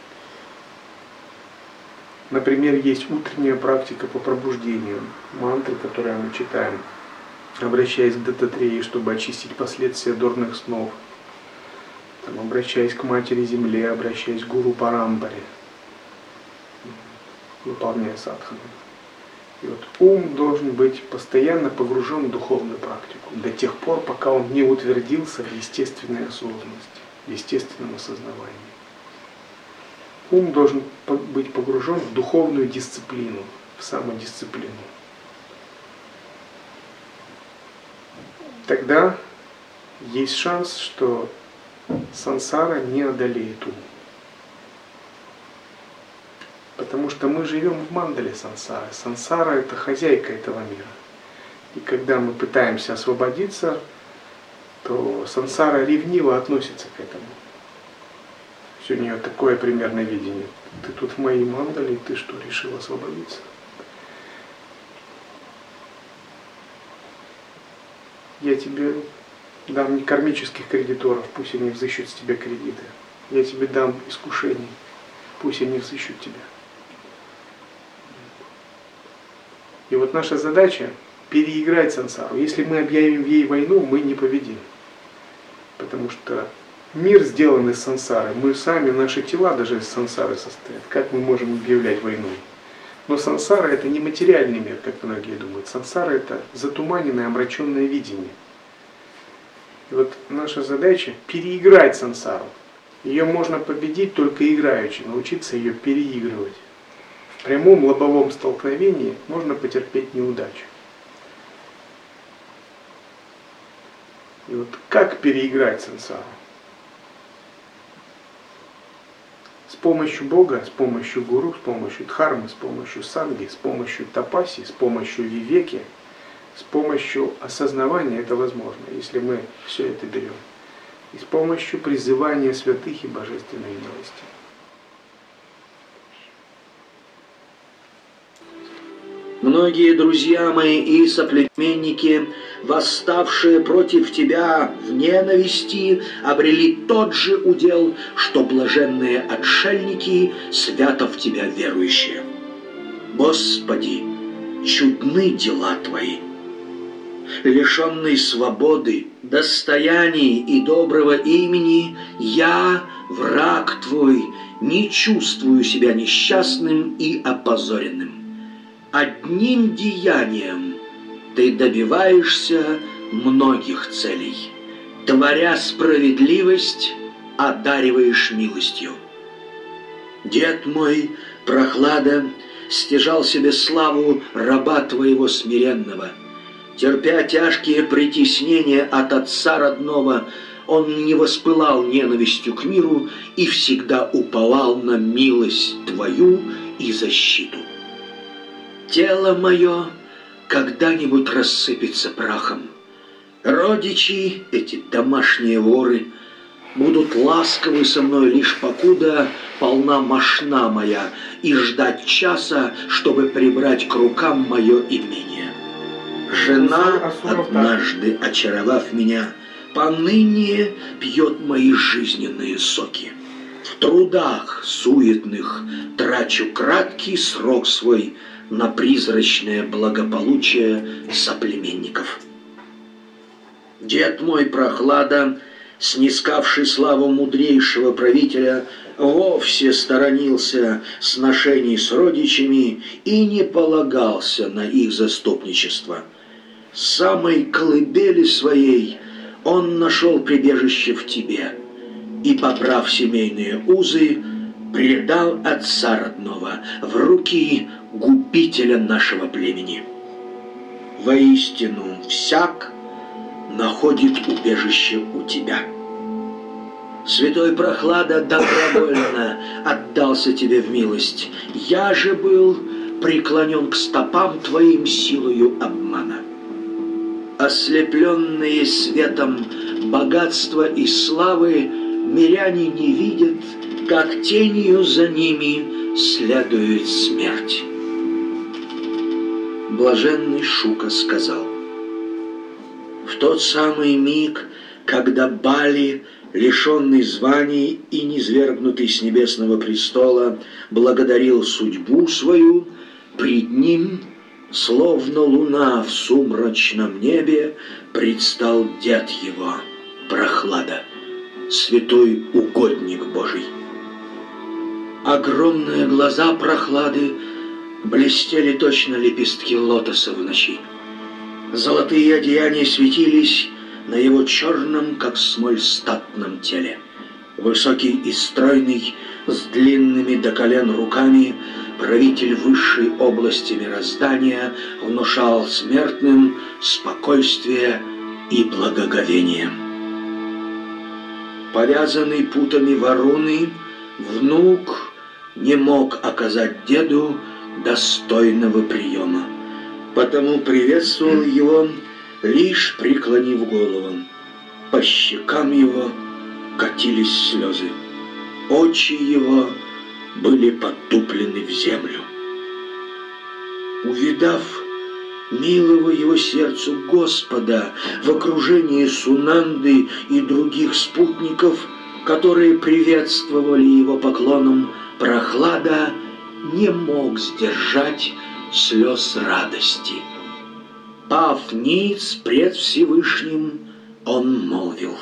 Например, есть утренняя практика по пробуждению, мантры, которые мы читаем, обращаясь к Дататрее, чтобы очистить последствия дурных снов. Там, обращаясь к Матери Земле, обращаясь к Гуру Парампаре. выполняя садхану. И вот ум должен быть постоянно погружен в духовную практику до тех пор, пока он не утвердился в естественной осознанности, в естественном осознавании. Ум должен быть погружен в духовную дисциплину, в самодисциплину. Тогда есть шанс, что сансара не одолеет ум. Потому что мы живем в мандале сансары. Сансара – это хозяйка этого мира. И когда мы пытаемся освободиться, то сансара ревниво относится к этому. Все у нее такое примерное видение. Ты тут в моей мандале, и ты что, решил освободиться? Я тебе дам не кармических кредиторов, пусть они взыщут с тебя кредиты. Я тебе дам искушений, пусть они взыщут тебя. И вот наша задача переиграть сансару. Если мы объявим ей войну, мы не победим. Потому что мир сделан из сансары. Мы сами, наши тела даже из сансары состоят. Как мы можем объявлять войну? Но сансара – это не материальный мир, как многие думают. Сансара – это затуманенное, омраченное видение. И вот наша задача – переиграть сансару. Ее можно победить только играючи, научиться ее переигрывать. В прямом лобовом столкновении можно потерпеть неудачу. И вот как переиграть сансару? С помощью Бога, с помощью гуру, с помощью дхармы, с помощью санги, с помощью тапаси, с помощью вивеки, с помощью осознавания это возможно, если мы все это берем. И с помощью призывания святых и божественной милости. Многие друзья мои и соплеменники, восставшие против тебя в ненависти, обрели тот же удел, что блаженные отшельники, свято в тебя верующие. Господи, чудны дела Твои. Лишенный свободы, достояний и доброго имени, я, враг Твой, не чувствую себя несчастным и опозоренным. Одним деянием ты добиваешься многих целей. Творя справедливость, одариваешь милостью. Дед мой, Прохлада, стяжал себе славу раба твоего смиренного. Терпя тяжкие притеснения от отца родного, он не воспылал ненавистью к миру и всегда уповал на милость твою и защиту. Тело мое когда-нибудь рассыпется прахом. Родичи, эти домашние воры, будут ласковы со мной лишь покуда полна мошна моя и ждать часа, чтобы прибрать к рукам мое имение. Жена, однажды очаровав меня, поныне пьет мои жизненные соки. В трудах суетных трачу краткий срок свой на призрачное благополучие соплеменников. Дед мой Прохлада, снискавший славу мудрейшего правителя, вовсе сторонился сношений с родичами и не полагался на их заступничество. С самой колыбели своей он нашел прибежище в тебе и, поправ семейные узы, предал отца родного в руки губителя нашего племени. Воистину, всяк находит убежище у тебя. Святой Прохлада добровольно отдался тебе в милость. Я же был преклонен к стопам твоим силою обмана. Ослепленные светом богатства и славы, миряне не видят, как тенью за ними следует смерть. Блаженный Шука сказал: в тот самый миг, когда Бали, лишенный званий и низвергнутый с небесного престола, благодарил судьбу свою, пред ним, словно луна в сумрачном небе, предстал дед его, Прохлада, святой угодник Божий. Огромные глаза Прохлады блестели точно лепестки лотоса в ночи. Золотые одеяния светились на его черном, как смоль, статном теле. Высокий и стройный, с длинными до колен руками, правитель высшей области мироздания внушал смертным спокойствие и благоговение. Повязанный путами Варуны, внук не мог оказать деду достойного приема, потому приветствовал его, лишь преклонив голову. По щекам его катились слезы, очи его были потуплены в землю. Увидав милого его сердцу Господа в окружении Сунанды и других спутников, которые приветствовали его поклоном, Прохлада не мог сдержать слез радости. Пав ниц пред Всевышним, он молвил.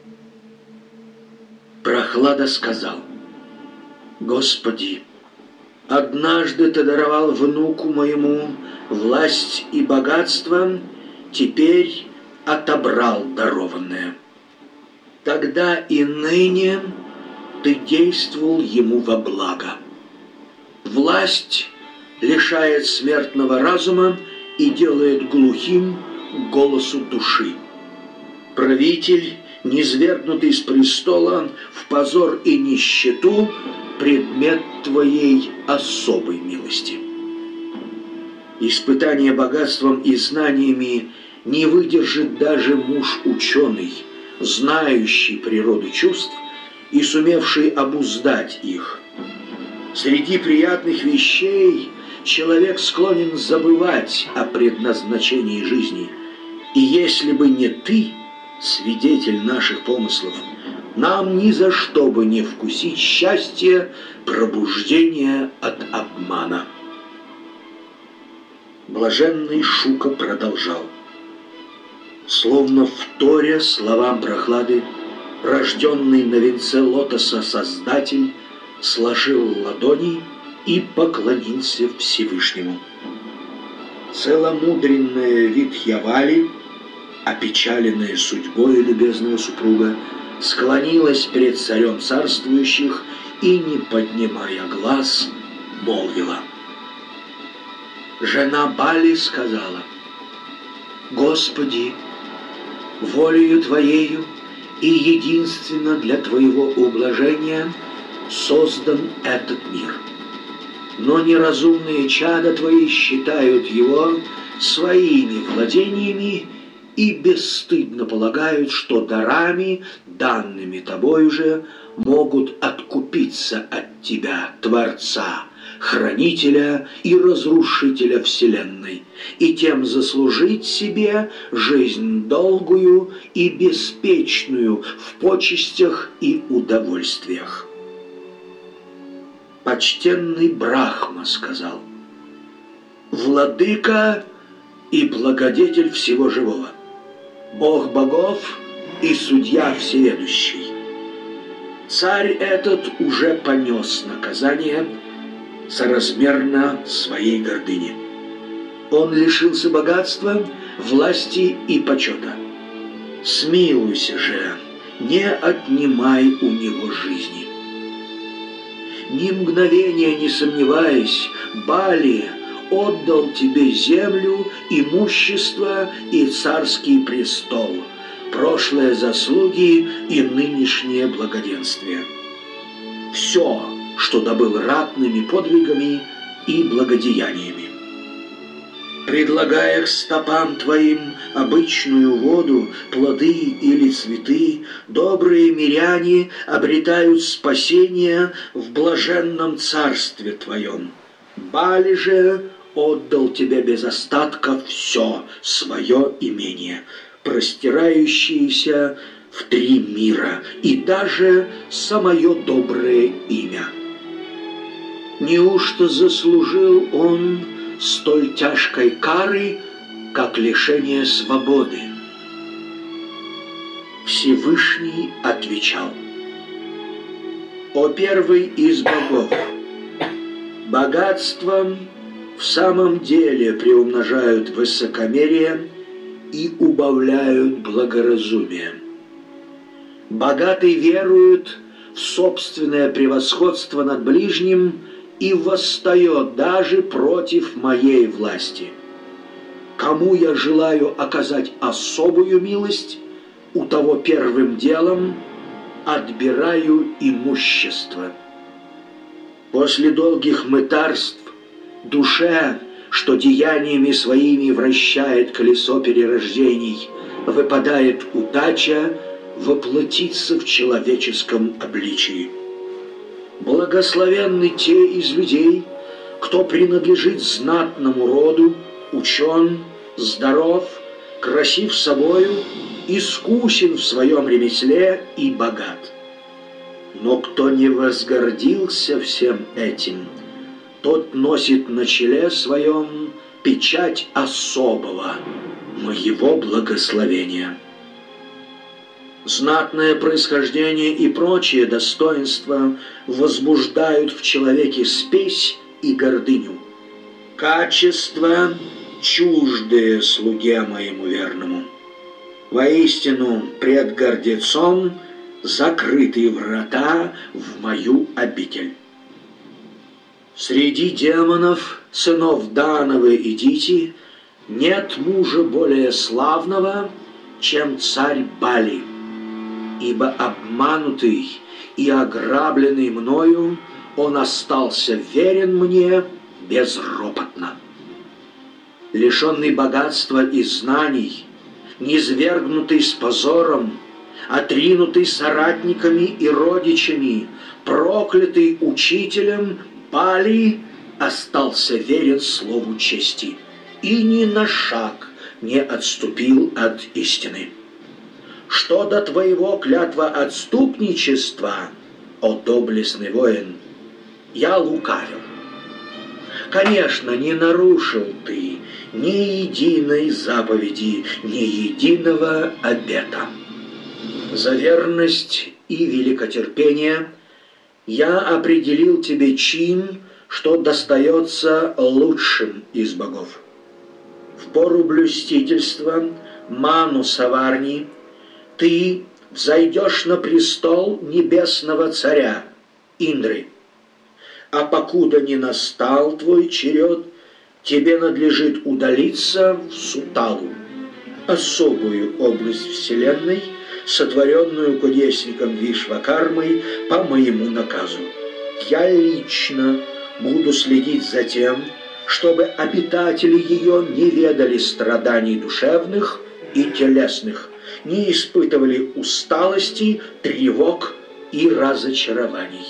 Прохлада сказал: «Господи, однажды Ты даровал внуку моему власть и богатство, теперь отобрал дарованное. Тогда и ныне Ты действовал ему во благо. Власть лишает смертного разума и делает глухим голосу души. Правитель, низвергнутый с престола в позор и нищету, предмет Твоей особой милости. Испытание богатством и знаниями не выдержит даже муж ученый, знающий природу чувств и сумевший обуздать их. Среди приятных вещей человек склонен забывать о предназначении жизни, и если бы не Ты, свидетель наших помыслов, нам ни за что бы не вкусить счастье пробуждения от обмана». Блаженный Шука продолжал. Словно вторя словам Прохлады, рожденный на венце лотоса Создатель сложил ладони и поклонился Всевышнему. Целомудренная Витхьявали, опечаленная судьбой любезного супруга, склонилась перед царем царствующих и, не поднимая глаз, молвила. Жена Бали сказала: «Господи, волею Твоею и единственно для Твоего ублажения создан этот мир. Но неразумные чада Твои считают его своими владениями и бесстыдно полагают, что дарами, данными Тобою же, могут откупиться от Тебя, Творца, Хранителя и Разрушителя Вселенной, и тем заслужить себе жизнь долгую и беспечную в почестях и удовольствиях». Почтенный Брахма сказал: «Владыка и благодетель всего живого, Бог богов и судья всеведущий. Царь этот уже понес наказание соразмерно своей гордыне. Он лишился богатства, власти и почета. Смилуйся же, не отнимай у него жизни». Ни мгновения не сомневаясь, Бали отдал тебе землю, имущество и царский престол, прошлые заслуги и нынешнее благоденствие. Все, что добыл ратными подвигами и благодеяниями. Предлагая к стопам твоим обычную воду, плоды или цветы, добрые миряне обретают спасение в блаженном царстве твоем. Бали же отдал тебе без остатка все свое имение, простирающееся в три мира, и даже самое доброе имя. Неужто заслужил он столь тяжкой кары, как лишение свободы? Всевышний отвечал: «О первый из богов, богатством в самом деле приумножают высокомерие и убавляют благоразумие. Богатый верует в собственное превосходство над ближним и восстает даже против моей власти. Кому я желаю оказать особую милость, у того первым делом отбираю имущество. После долгих мытарств душе, что деяниями своими вращает колесо перерождений, выпадает удача воплотиться в человеческом обличии. Благословенны те из людей, кто принадлежит знатному роду, учен, здоров, красив собою, искусен в своем ремесле и богат. Но кто не возгордился всем этим, тот носит на челе своем печать особого, моего благословения. Знатное происхождение и прочие достоинства возбуждают в человеке спесь и гордыню. Качества, чуждые слуге моему верному. Воистину, пред гордецом закрыты врата в мою обитель. Среди демонов, сынов Дановы и Дити, нет мужа более славного, чем царь Бали, ибо обманутый и ограбленный мною он остался верен мне безропотно. Лишенный богатства и знаний, низвергнутый с позором, отринутый соратниками и родичами, проклятый учителем, Бали остался верен слову чести и ни на шаг не отступил от истины. Что до твоего клятва отступничества, о доблестный воин, я лукавил. Конечно, не нарушил ты ни единой заповеди, ни единого обета. За верность и великотерпение я определил тебе чин, что достается лучшим из богов. В пору блюстительства Ману Саварни ты взойдешь на престол небесного царя Индры. А покуда не настал твой черед, тебе надлежит удалиться в Суталу, особую область Вселенной, сотворенную кудесником Вишвакармой по моему наказу. Я лично буду следить за тем, чтобы обитатели ее не ведали страданий душевных и телесных, не испытывали усталости, тревог и разочарований.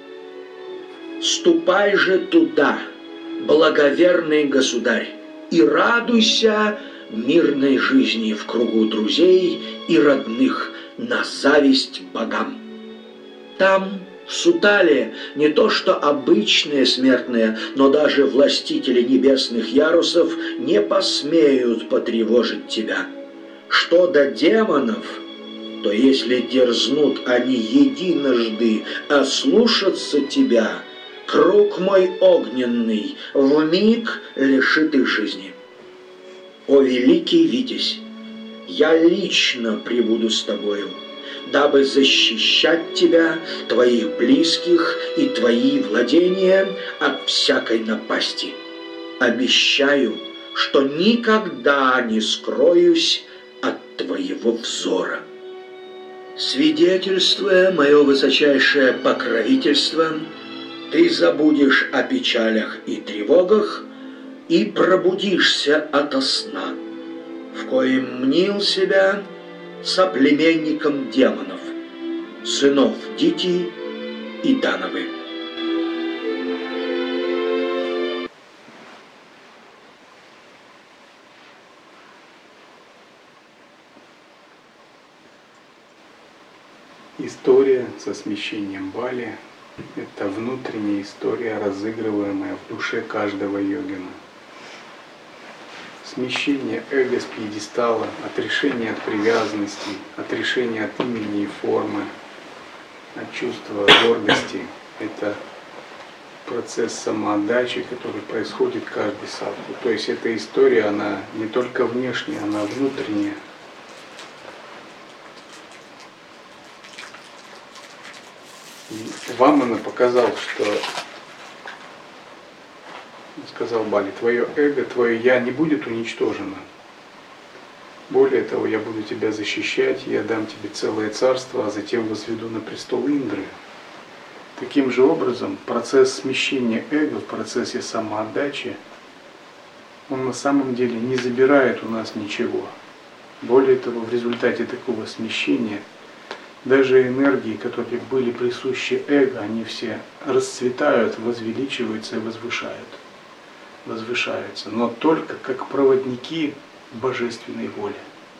Ступай же туда, благоверный государь, и радуйся мирной жизни в кругу друзей и родных на зависть богам. Там, в Сутале, не то что обычные смертные, но даже властители небесных ярусов не посмеют потревожить тебя. Что до демонов, то если дерзнут они единожды ослушаться тебя, круг мой огненный вмиг лишит их жизни. О великий Витязь, я лично прибуду с тобою, дабы защищать тебя, твоих близких и твои владения от всякой напасти. Обещаю, что никогда не скроюсь от твоего взора. Свидетельствуя мое высочайшее покровительство, ты забудешь о печалях и тревогах и пробудишься ото сна, в коем мнил себя соплеменником демонов, сынов Дити и Дановы. История со смещением Бали – это внутренняя история, разыгрываемая в душе каждого йогина. Смещение эго с пьедестала, отрешение от привязанности, отрешение от имени и формы, от чувства гордости – это процесс самоотдачи, который происходит каждый садху. То есть эта история, она не только внешняя, она внутренняя. И Вамана показал, что, сказал Бали, твое эго, твое я не будет уничтожено. Более того, я буду тебя защищать, я дам тебе целое царство, а затем возведу на престол Индры. Таким же образом, процесс смещения эго в процессе самоотдачи, он на самом деле не забирает у нас ничего. Более того, в результате такого смещения даже энергии, которые были присущи эго, они все расцветают, возвеличиваются и возвышают, возвышаются, но только как проводники божественной воли.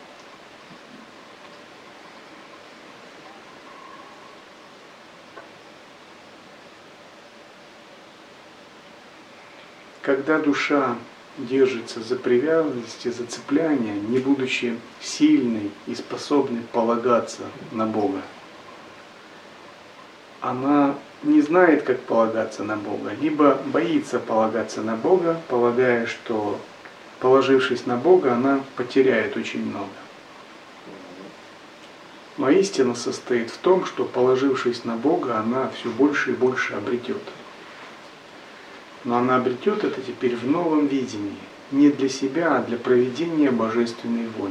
Когда душа держится за привязанности, зацепляние, не будучи сильной и способной полагаться на Бога, она не знает, как полагаться на Бога, либо боится полагаться на Бога, полагая, что, положившись на Бога, она потеряет очень много. Но истина состоит в том, что, положившись на Бога, она все больше и больше обретет. Но она обретет это теперь в новом видении, не для себя, а для проведения божественной воли.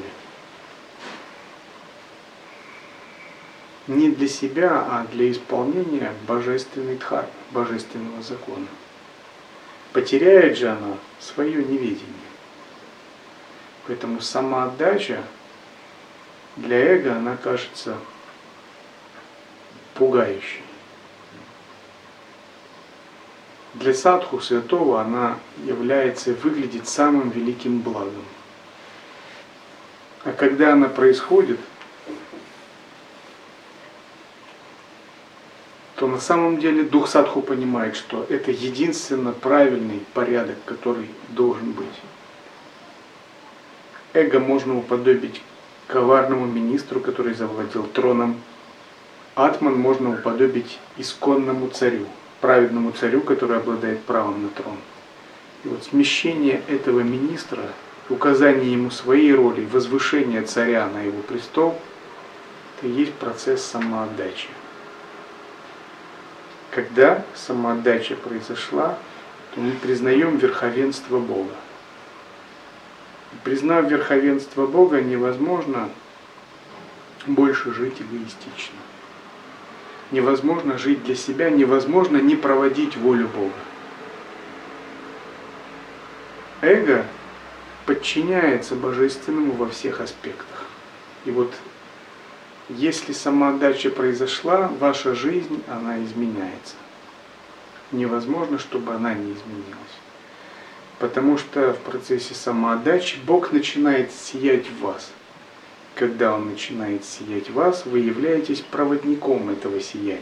Не для себя, а для исполнения божественной дхармы, божественного закона. Потеряет же она свое неведение. Поэтому самоотдача для эго, она кажется пугающей. Для садху святого она является и выглядит самым великим благом. А когда она происходит, то на самом деле дух садху понимает, что это единственно правильный порядок, который должен быть. Эго можно уподобить коварному министру, который завладел троном. Атман можно уподобить исконному царю, праведному царю, который обладает правом на трон. И вот смещение этого министра, указание ему своей роли, возвышение царя на его престол, это и есть процесс самоотдачи. Когда самоотдача произошла, то мы признаем верховенство Бога. И признав верховенство Бога, невозможно больше жить эгоистично. Невозможно жить для себя, невозможно не проводить волю Бога. Эго подчиняется божественному во всех аспектах. И вот если самоотдача произошла, ваша жизнь, она изменяется. Невозможно, чтобы она не изменилась. Потому что в процессе самоотдачи Бог начинает сиять в вас. Когда Он начинает сиять в вас, вы являетесь проводником этого сияния.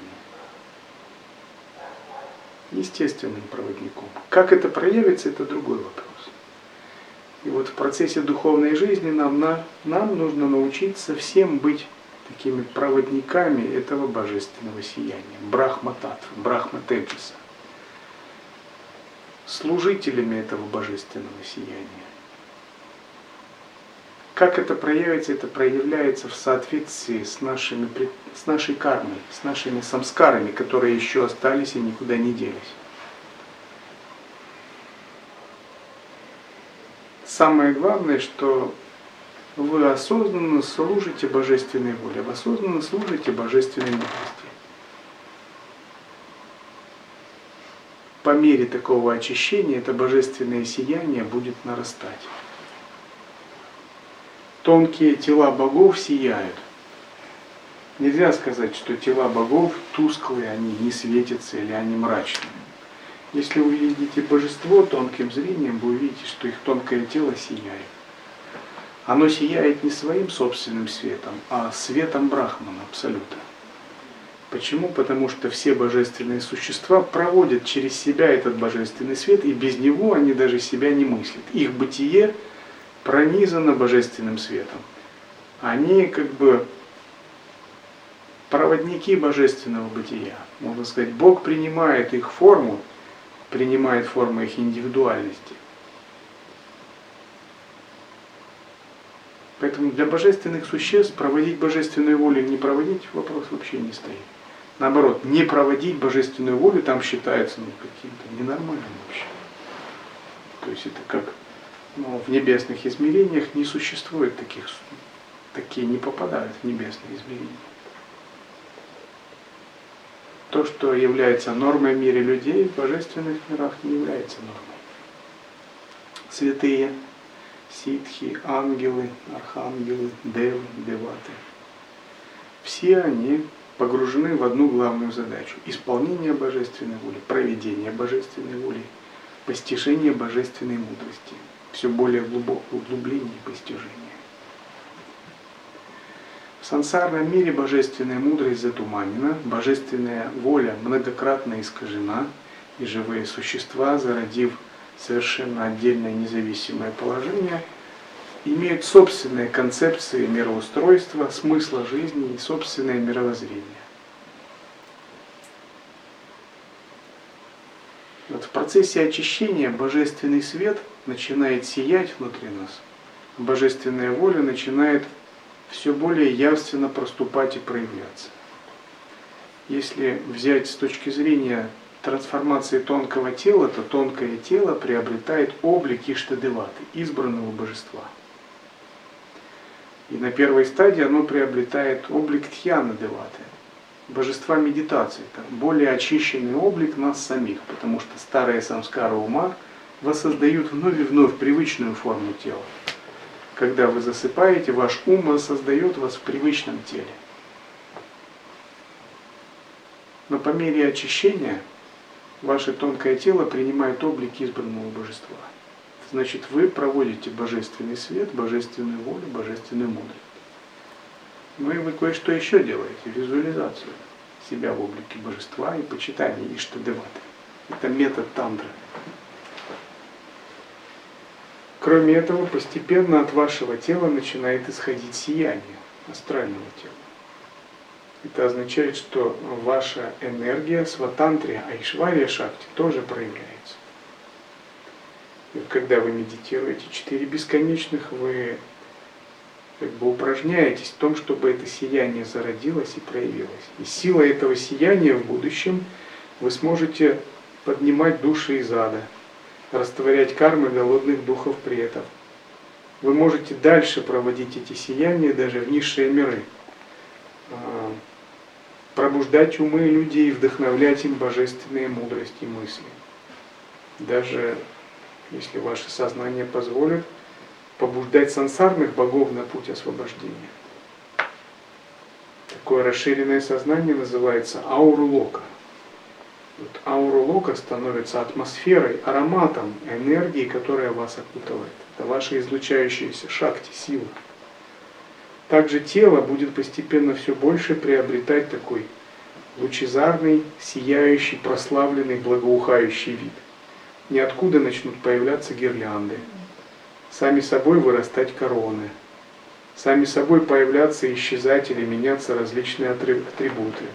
Естественным проводником. Как это проявится, это другой вопрос. И вот в процессе духовной жизни нам, на, нам нужно научиться всем быть такими проводниками этого божественного сияния. Брахма-татва, брахма-теджаса. Служителями этого божественного сияния. Как это проявится? Это проявляется в соответствии с, нашими, с нашей кармой, с нашими самскарами, которые еще остались и никуда не делись. Самое главное, что вы осознанно служите божественной воле, вы осознанно служите божественной мудрости. По мере такого очищения это божественное сияние будет нарастать. Тонкие тела богов сияют. Нельзя сказать, что тела богов тусклые, они не светятся или они мрачные. Если вы видите божество тонким зрением, вы увидите, что их тонкое тело сияет. Оно сияет не своим собственным светом, а светом Брахмана, Абсолюта. Почему? Потому что все божественные существа проводят через себя этот божественный свет, и без него они даже себя не мыслят. Их бытие пронизано божественным светом. Они как бы проводники божественного бытия. Можно сказать, Бог принимает их форму принимает формы их индивидуальности. Поэтому для божественных существ проводить божественную волю или не проводить вопрос вообще не стоит. Наоборот, не проводить божественную волю там считается ну, каким-то ненормальным вообще. То есть это как ну, в небесных измерениях не существует таких, такие не попадают в небесные измерения. То, что является нормой в мире людей, в божественных мирах не является нормой. Святые, ситхи, ангелы, архангелы, девы, деваты. Все они погружены в одну главную задачу – исполнение божественной воли, проведение божественной воли, постижение божественной мудрости, все более глубокое углубление и постижение. В сансарном мире божественная мудрость затуманена, божественная воля многократно искажена, и живые существа, зародив совершенно отдельное независимое положение, имеют собственные концепции мироустройства, смысла жизни и собственное мировоззрение. Вот в процессе очищения божественный свет начинает сиять внутри нас, божественная воля начинает все более явственно проступать и проявляться. Если взять с точки зрения трансформации тонкого тела, то тонкое тело приобретает облик Иштадеваты, избранного божества. И на первой стадии оно приобретает облик Дхьяна-деваты, божества медитации, там, более очищенный облик нас самих, потому что старые самскары ума воссоздают вновь и вновь привычную форму тела. Когда вы засыпаете, ваш ум воссоздает вас в привычном теле. Но по мере очищения ваше тонкое тело принимает облик избранного божества. Значит, вы проводите божественный свет, божественную волю, божественную мудрость. Ну и вы кое-что еще делаете, визуализацию себя в облике божества и почитание Иштадеваты. Это метод тантры. Кроме этого, постепенно от вашего тела начинает исходить сияние астрального тела. Это означает, что ваша энергия сватантрия, айшвария шакти тоже проявляется. И когда вы медитируете четыре бесконечных, вы как бы упражняетесь в том, чтобы это сияние зародилось и проявилось. И силой этого сияния в будущем вы сможете поднимать души из ада, растворять кармы голодных духов предков. Вы можете дальше проводить эти сияния даже в низшие миры, пробуждать умы людей, вдохновлять им божественные мудрости и мысли. Даже если ваше сознание позволит, побуждать сансарных богов на путь освобождения. Такое расширенное сознание называется ауру-лока. Вот ауру-лока становится атмосферой, ароматом энергии, которая вас окутывает. Это ваша излучающаяся шакти, сила. Также тело будет постепенно все больше приобретать такой лучезарный, сияющий, прославленный, благоухающий вид. Ниоткуда начнут появляться гирлянды, сами собой вырастать короны, сами собой появляться, исчезать или меняться различные атрибуты.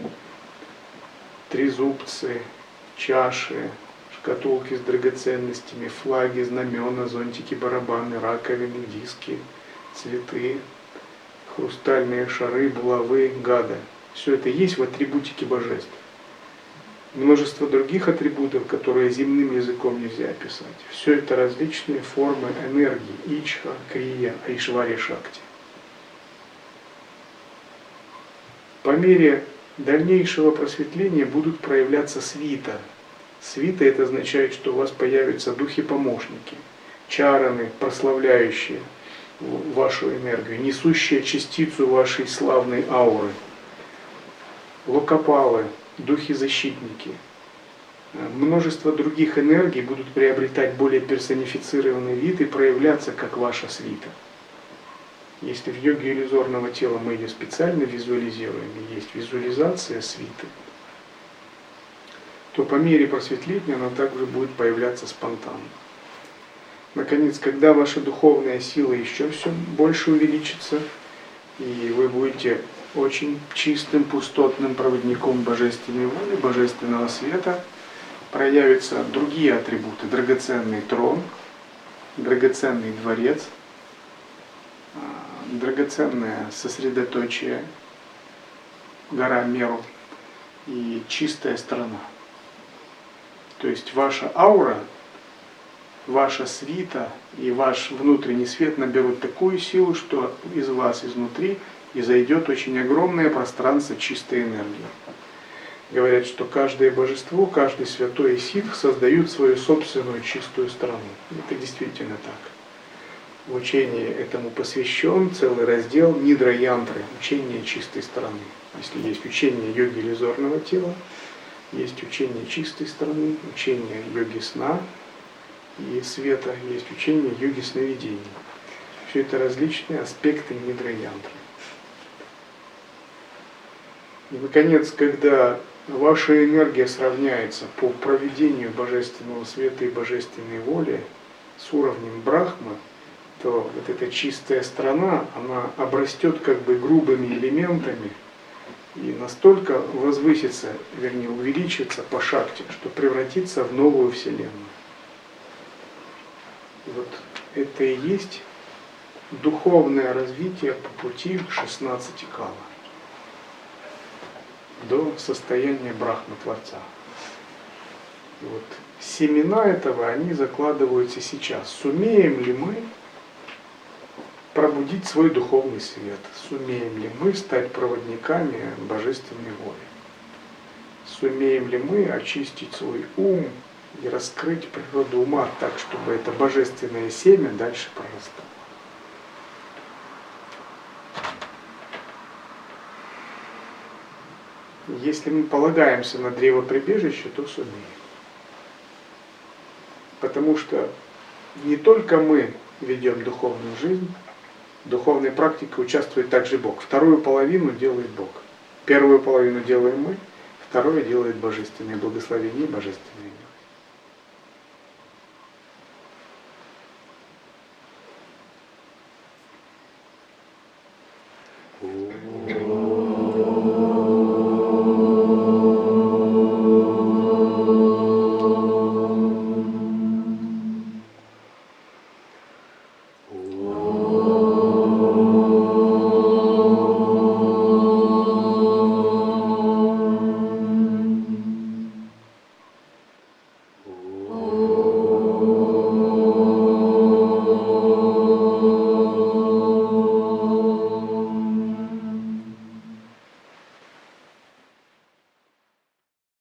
Трезубцы, чаши, шкатулки с драгоценностями, флаги, знамена, зонтики, барабаны, раковины, диски, цветы, хрустальные шары, булавы, гады. Все это есть в атрибутике божеств. Множество других атрибутов, которые земным языком нельзя описать. Все это различные формы энергии, ичха, крия, айшвария шакти. По мере дальнейшего просветления будут проявляться свита. Свита — это означает, что у вас появятся духи-помощники, чараны, прославляющие вашу энергию, несущие частицу вашей славной ауры, локопалы, духи-защитники. Множество других энергий будут приобретать более персонифицированный вид и проявляться как ваша свита. Если в йоге иллюзорного тела мы ее специально визуализируем, и есть визуализация свиты, то по мере просветления она также будет появляться спонтанно. Наконец, когда ваша духовная сила еще все больше увеличится, и вы будете очень чистым, пустотным проводником божественной воли, божественного света, проявятся другие атрибуты. Драгоценный трон, драгоценный дворец, драгоценное сосредоточие, гора Меру и чистая страна. То есть ваша аура, ваша свита и ваш внутренний свет наберут такую силу, что из вас изнутри изойдет очень огромное пространство чистой энергии. Говорят, что каждое божество, каждый святой и ситх создают свою собственную чистую страну. Это действительно так. В учении этому посвящен целый раздел Нидра-янтры, учение чистой страны. Если есть учение йоги иллюзорного тела, есть учение чистой страны, учение йоги сна и света, есть учение йоги сновидений. Все это различные аспекты Нидра-янтры. И, наконец, когда ваша энергия сравняется по проведению божественного света и божественной воли с уровнем Брахмы, то вот эта чистая страна, она обрастет как бы грубыми элементами и настолько возвысится, вернее увеличится по шакти, что превратится в новую Вселенную. И вот это и есть духовное развитие по пути к шестнадцати кала, до состояния Брахма-творца. И вот семена этого, они закладываются сейчас. Сумеем ли мы пробудить свой духовный свет? Сумеем ли мы стать проводниками божественной воли? Сумеем ли мы очистить свой ум и раскрыть природу ума так, чтобы это божественное семя дальше прорастало? Если мы полагаемся на древо прибежища, то сумеем. Потому что не только мы ведем духовную жизнь, в духовной практике участвует также Бог. Вторую половину делает Бог. Первую половину делаем мы, вторую делает божественное благословение и божественное мир.